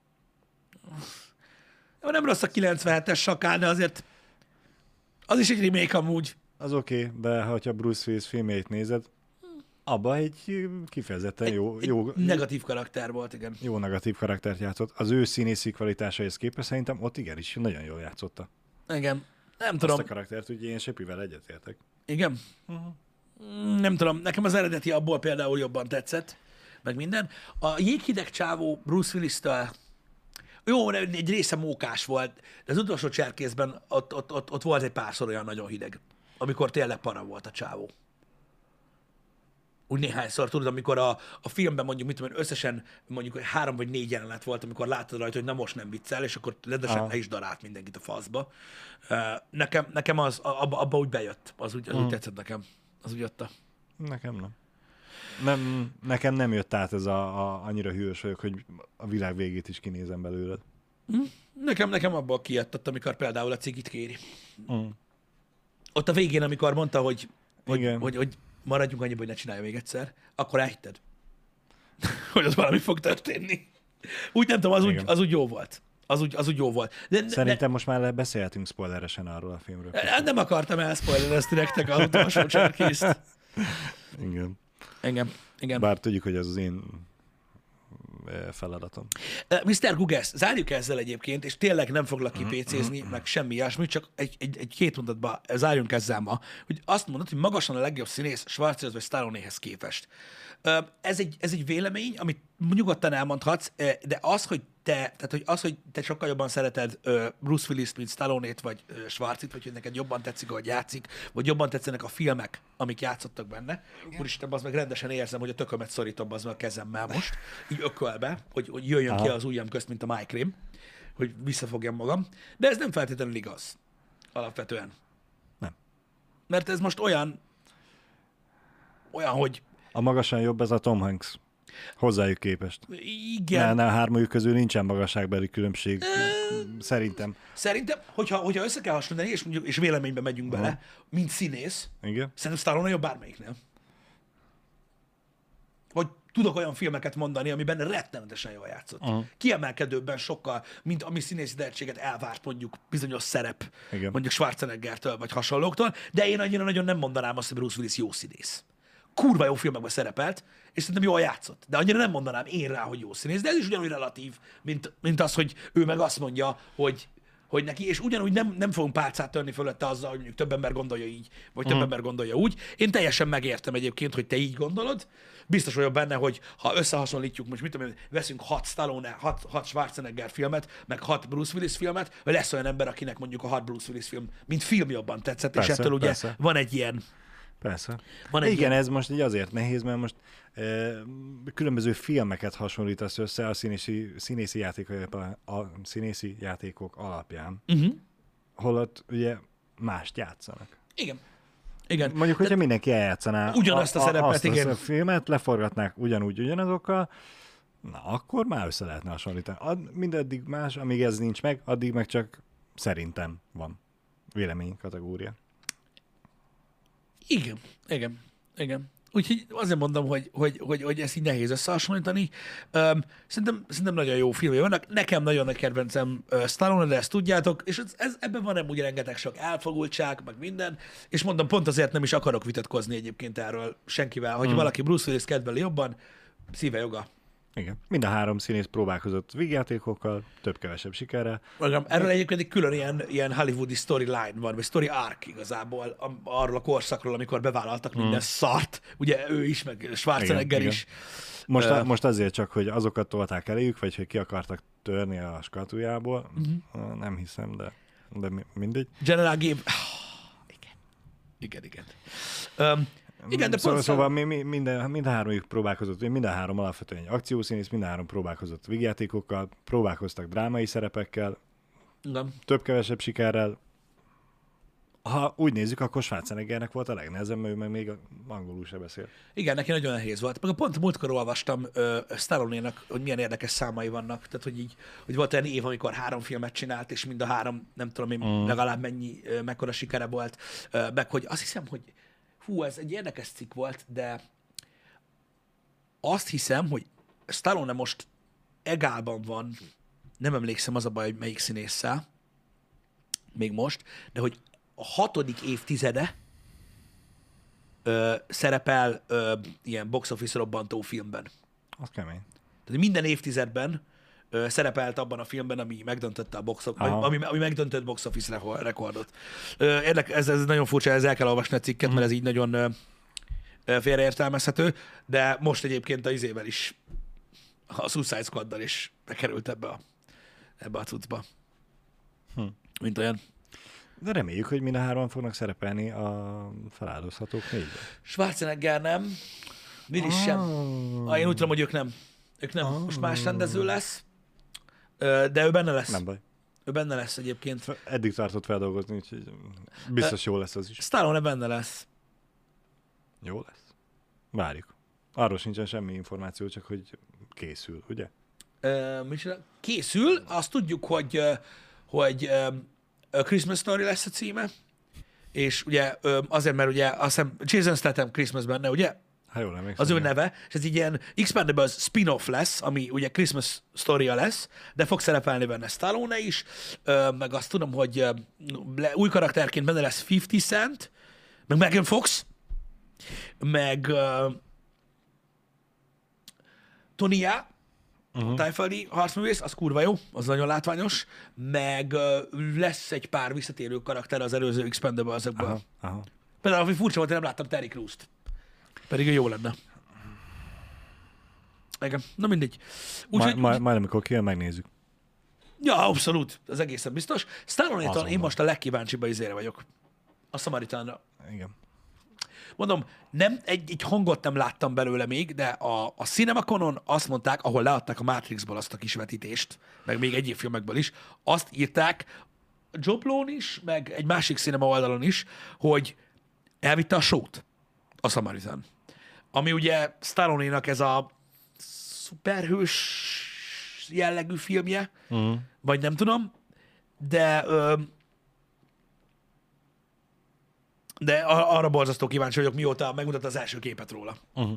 Nem rossz a 97-es saká, de azért az is egy remake amúgy. Az oké, de ha Bruce Willis filmjeit nézed, abban egy kifejezetten jó negatív karakter volt, igen. Jó negatív karaktert játszott. Az ő színészi kvalitásaihoz képest szerintem ott igenis nagyon jól játszotta. Igen. Nem tudom. Azt a karaktert, ugye én Sepivel egyetértek. Igen? Nem tudom. Nekem az eredeti abból például jobban tetszett, meg minden. A jéghideg csávó Bruce Willis-től jó, egy része mókás volt, de az utolsó cserkészben ott volt egy párszor olyan nagyon hideg, amikor tényleg para volt a csávó. Úgy néhányszor, tudod, amikor a filmben mondjuk, összesen mondjuk 3 vagy 4 jelenet volt, amikor láttad rajta, hogy na most nem viccel, és akkor rendesen le is darált mindenkit a faszba. Nekem az, abba úgy bejött, az úgy tetszett nekem. Az úgy jött. Nekem nem. Nekem nem jött át ez annyira hűvös vagyok, hogy a világ végét is kinézem belőled. Nekem abból kijött, amikor például a cigit kéri. Ott a végén, amikor mondta, hogy maradjunk annyiba, hogy ne csinálja még egyszer, akkor elhitted, hogy az valami fog történni. Úgy nem tudom, az úgy jó volt. Az úgy jó volt. Szerintem most már beszélhetünk spoileresen arról a filmről. Nem akartam elszpoilerezni nektek az utolsó cserkészt. Igen. Igen. Bár tudjuk, hogy ez az én feladatom. Mr. Guges, zárjuk ezzel egyébként, és tényleg nem foglak kipécézni, meg semmi ilyesmi, csak egy két mondatba zárjunk ezzel ma, hogy azt mondod, hogy magasan a legjobb színész Schwarzenegger vagy Stallonéhez képest. Ez egy vélemény, amit nyugodtan elmondhatsz, de az, hogy te sokkal jobban szereted Bruce Willis-t, mint Stallone-t, vagy Schwarzit, vagy hogy neked jobban tetszik, ahogy játszik, vagy jobban tetszenek a filmek, amik játszottak benne. Úristen, az meg rendesen érzem, hogy a tökömet szorítom az meg a kezemmel most, így ökölbe, hogy jöjjön ki az ujjam közt, mint a májkrém, hogy visszafogjam magam. De ez nem feltétlenül igaz. Alapvetően. Nem. Mert ez most olyan, hogy... A magasan jobb ez a Tom Hanks. Hozzájuk képest. Igen. A hármójuk közül nincsen magasságbeli különbség. Szerintem. Szerintem, hogyha össze kell hasonlítani, és véleménybe megyünk bele, mint színész, igen. Szerintem Stallone jobb bármelyiknél. Hogy tudok olyan filmeket mondani, amiben rettenetesen jól játszott. Kiemelkedőbben sokkal, mint ami színészi tehetséget elvárt mondjuk bizonyos szerep, igen. mondjuk Schwarzeneggertől, vagy hasonlóktól, de én annyira nagyon nem mondanám azt, hogy Bruce Willis jó színész. Kurva jó filmekben szerepelt, és szerintem jól játszott. De annyira nem mondanám én rá, hogy jó színész, de ez is ugyanúgy relatív, mint az, hogy ő meg azt mondja, hogy neki, és ugyanúgy nem fogunk pálcát törni fölötte azzal, hogy mondjuk több ember gondolja így, vagy több ember gondolja úgy. Én teljesen megértem egyébként, hogy te így gondolod. Biztos vagyok benne, hogy ha összehasonlítjuk, most mit tudom én, veszünk 6 Stallone, 6 Schwarzenegger filmet, meg 6 Bruce Willis filmet, hogy lesz olyan ember, akinek mondjuk a 6 Bruce Willis film, mint film jobban tetszett, persze, és ettől ugye van egy ilyen... Persze. Igen, ez most így azért nehéz, mert most különböző filmeket hasonlítasz össze a színészi játékok alapján, holott ugye mást játszanak. Igen. Mondjuk, hogyha mindenki eljátszaná ugyanazt a szerepet, igen. A filmet, leforgatnák ugyanazokkal, na akkor már össze lehetne hasonlítani. Mindeddig más, amíg ez nincs meg, addig meg csak szerintem van vélemény kategória. Igen. Úgyhogy azért mondom, hogy ezt így nehéz összehasonlítani. Szerintem nagyon jó filmje vannak. Nekem nagyon nagy kedvencem Stallone, de ezt tudjátok, és ebben van nem úgy rengeteg sok elfogultság, meg minden, és mondom, pont azért nem is akarok vitatkozni egyébként erről senkivel, hogy valaki Bruce Willis kedveli jobban, szíve joga. Igen. Mind a 3 színész próbálkozott vígjátékokkal, több-kevesebb sikerrel. Erről egyébként egy külön ilyen hollywoodi storyline van, vagy story arc igazából, arról a korszakról, amikor bevállaltak minden szart. Ugye ő is, meg Schwarzenegger is. Most azért csak, hogy azokat tolták eléjük, vagy hogy ki akartak törni a skatujából. Nem hiszem, de mindegy. General Game... Igen. Igen, de szóval mind a 3-juk próbálkozott, mind a 3 alapvetően egy akciószínész, mind a 3 próbálkozott vígjátékokkal, próbálkoztak drámai szerepekkel, több-kevesebb sikerrel. Ha úgy nézzük, akkor Schwarzeneggernek volt a legnehezebb, mert ő meg még angolul se beszél. Igen, neki nagyon nehéz volt. Meg pont múltkor olvastam Stallone-nak, hogy milyen érdekes számai vannak. Tehát, hogy volt olyan év, amikor 3 filmet csinált, és mind a 3, nem tudom én, legalább mekkora sikere volt. Meg hogy azt hiszem, hogy ez egy érdekes cikk volt, de azt hiszem, hogy Stallone most egálban van, nem emlékszem, az a baj, hogy melyik színésszel, még most, de hogy a 6. évtizede szerepel ilyen box office robbantó filmben. Az kemény. Tehát minden évtizedben szerepelt abban a filmben, ami megdöntötte a ami megdöntött box office rekordot. Ez nagyon furcsa, ez el kell olvasni a cikket, mert ez így nagyon félreértelmezhető, de most egyébként a izével is, a Suicide Squaddal is bekerült ebbe a cuccba. Mint olyan. De reméljük, hogy mind a 3 fognak szerepelni a Feláldozhatók 4-ben. Schwarzenegger nem, Willis sem. Én úgy tudom, hogy ők nem. Most más rendező lesz, de ő benne lesz. Nem baj. Ő benne lesz egyébként. Eddig tartott feldolgozni, úgyhogy biztos jó lesz az is. Stallone benne lesz. Jó lesz. Várjuk. Arról sincsen semmi információ, csak hogy készül, ugye? Készül. Azt tudjuk, hogy a Christmas Story lesz a címe, és ugye azért, mert ugye azt hiszem Jason Statham Christmas benne, ugye? Ha jól emlékszem. Az ő neve, és ez így ilyen Expendables spin-off lesz, ami ugye Christmas Story-a lesz, de fog szerepelni benne Stallone is, meg azt tudom, hogy új karakterként benne lesz 50 Cent, meg Megan Fox, meg Tonia, a tájföldi harcművész, az kurva jó, az nagyon látványos, meg lesz egy pár visszatérő karakter az előző Expendables-ekből. Például, ami furcsa volt, én nem láttam Terry Crews-t. Pedig ő jó lenne. Igen, na mindegy. Majd amikor kijön, megnézzük. Ja, abszolút, az egészen biztos. Stallone-tól én most a legkíváncsibb izére vagyok. A Samaritánra. Igen. Mondom, nem, egy hangot nem láttam belőle még, de a CinemaConon azt mondták, ahol leadták a Matrixból azt a kis vetítést, meg még egyéb filmekből is, azt írták Joblón is, meg egy másik cinema oldalon is, hogy elvitte a show-t a Samaritan. Ami ugye Stallone-nak ez a szuperhős jellegű filmje, vagy nem tudom, de arra borzasztó kíváncsi vagyok, mióta megmutatta az első képet róla.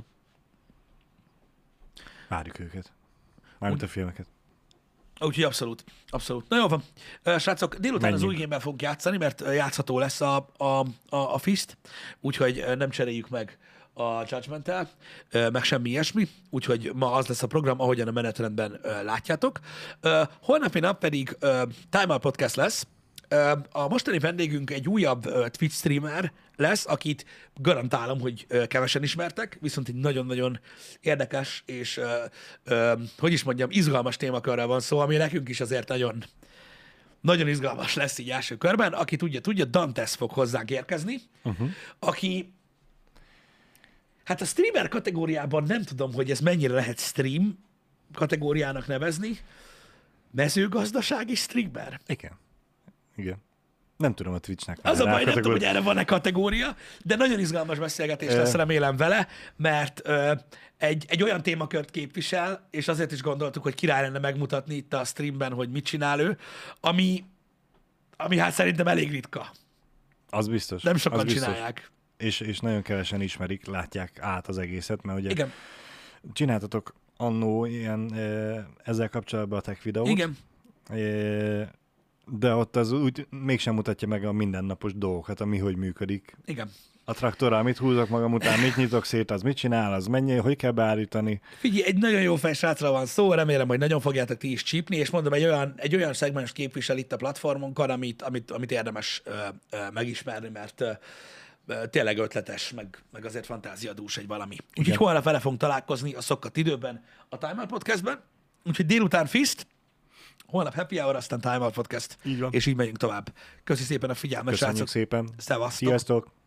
Várjuk őket. Mármint a filmeket. Úgyhogy abszolút. Na jó van. Srácok, délután az új gémmel fogunk játszani, mert játszható lesz a Fist, úgyhogy nem cseréljük meg a Judgment-tel, meg semmi ilyesmi, úgyhogy ma az lesz a program, ahogyan a menetrendben látjátok. Holnapi nap pedig Time Out Podcast lesz. A mostani vendégünk egy újabb Twitch streamer lesz, akit garantálom, hogy kevesen ismertek, viszont egy nagyon-nagyon érdekes és, hogy is mondjam, izgalmas témakörrel van szó, ami nekünk is azért nagyon, nagyon izgalmas lesz így első körben. Aki tudja, Dantes fog hozzánk érkezni, aki, hát a streamer kategóriában nem tudom, hogy ez mennyire lehet stream kategóriának nevezni. Mezőgazdasági streamer? Igen. Nem tudom a Twitchnek. Az a baj, nem tudom, hogy erre van-e kategória, de nagyon izgalmas beszélgetés lesz, remélem vele, mert egy olyan témakört képvisel, és azért is gondoltuk, hogy király lenne megmutatni itt a streamben, hogy mit csinál ő, ami hát szerintem elég ritka. Az biztos. Nem sokan csinálják. És nagyon kevesen ismerik, látják át az egészet, mert ugye igen. Csináltatok annó ilyen ezzel kapcsolatban a tech videót. Igen. De ott az úgy mégsem mutatja meg a mindennapos dolgokat, ami hogy működik. Igen. A traktorral mit húzok magam után, mit nyitok szét, az mit csinál, az mennyi, hogy kell beállítani. Figyelj, egy nagyon jó fejsrácra van szó, remélem, hogy nagyon fogjátok ti is csípni, és mondom, egy olyan szegmens képvisel itt a platformunkon, amit érdemes megismerni, mert tényleg ötletes, meg azért fantáziadús egy valami. Úgyhogy holnap vele fogunk találkozni a szokott időben a Time Out Podcastben. Úgyhogy délután Fist, holnap Happy Hour, aztán Time Out Podcast. Így van. És így megyünk tovább. Köszi szépen a figyelmet, srácok. Köszönjük szépen. Szevasztok. Sziasztok.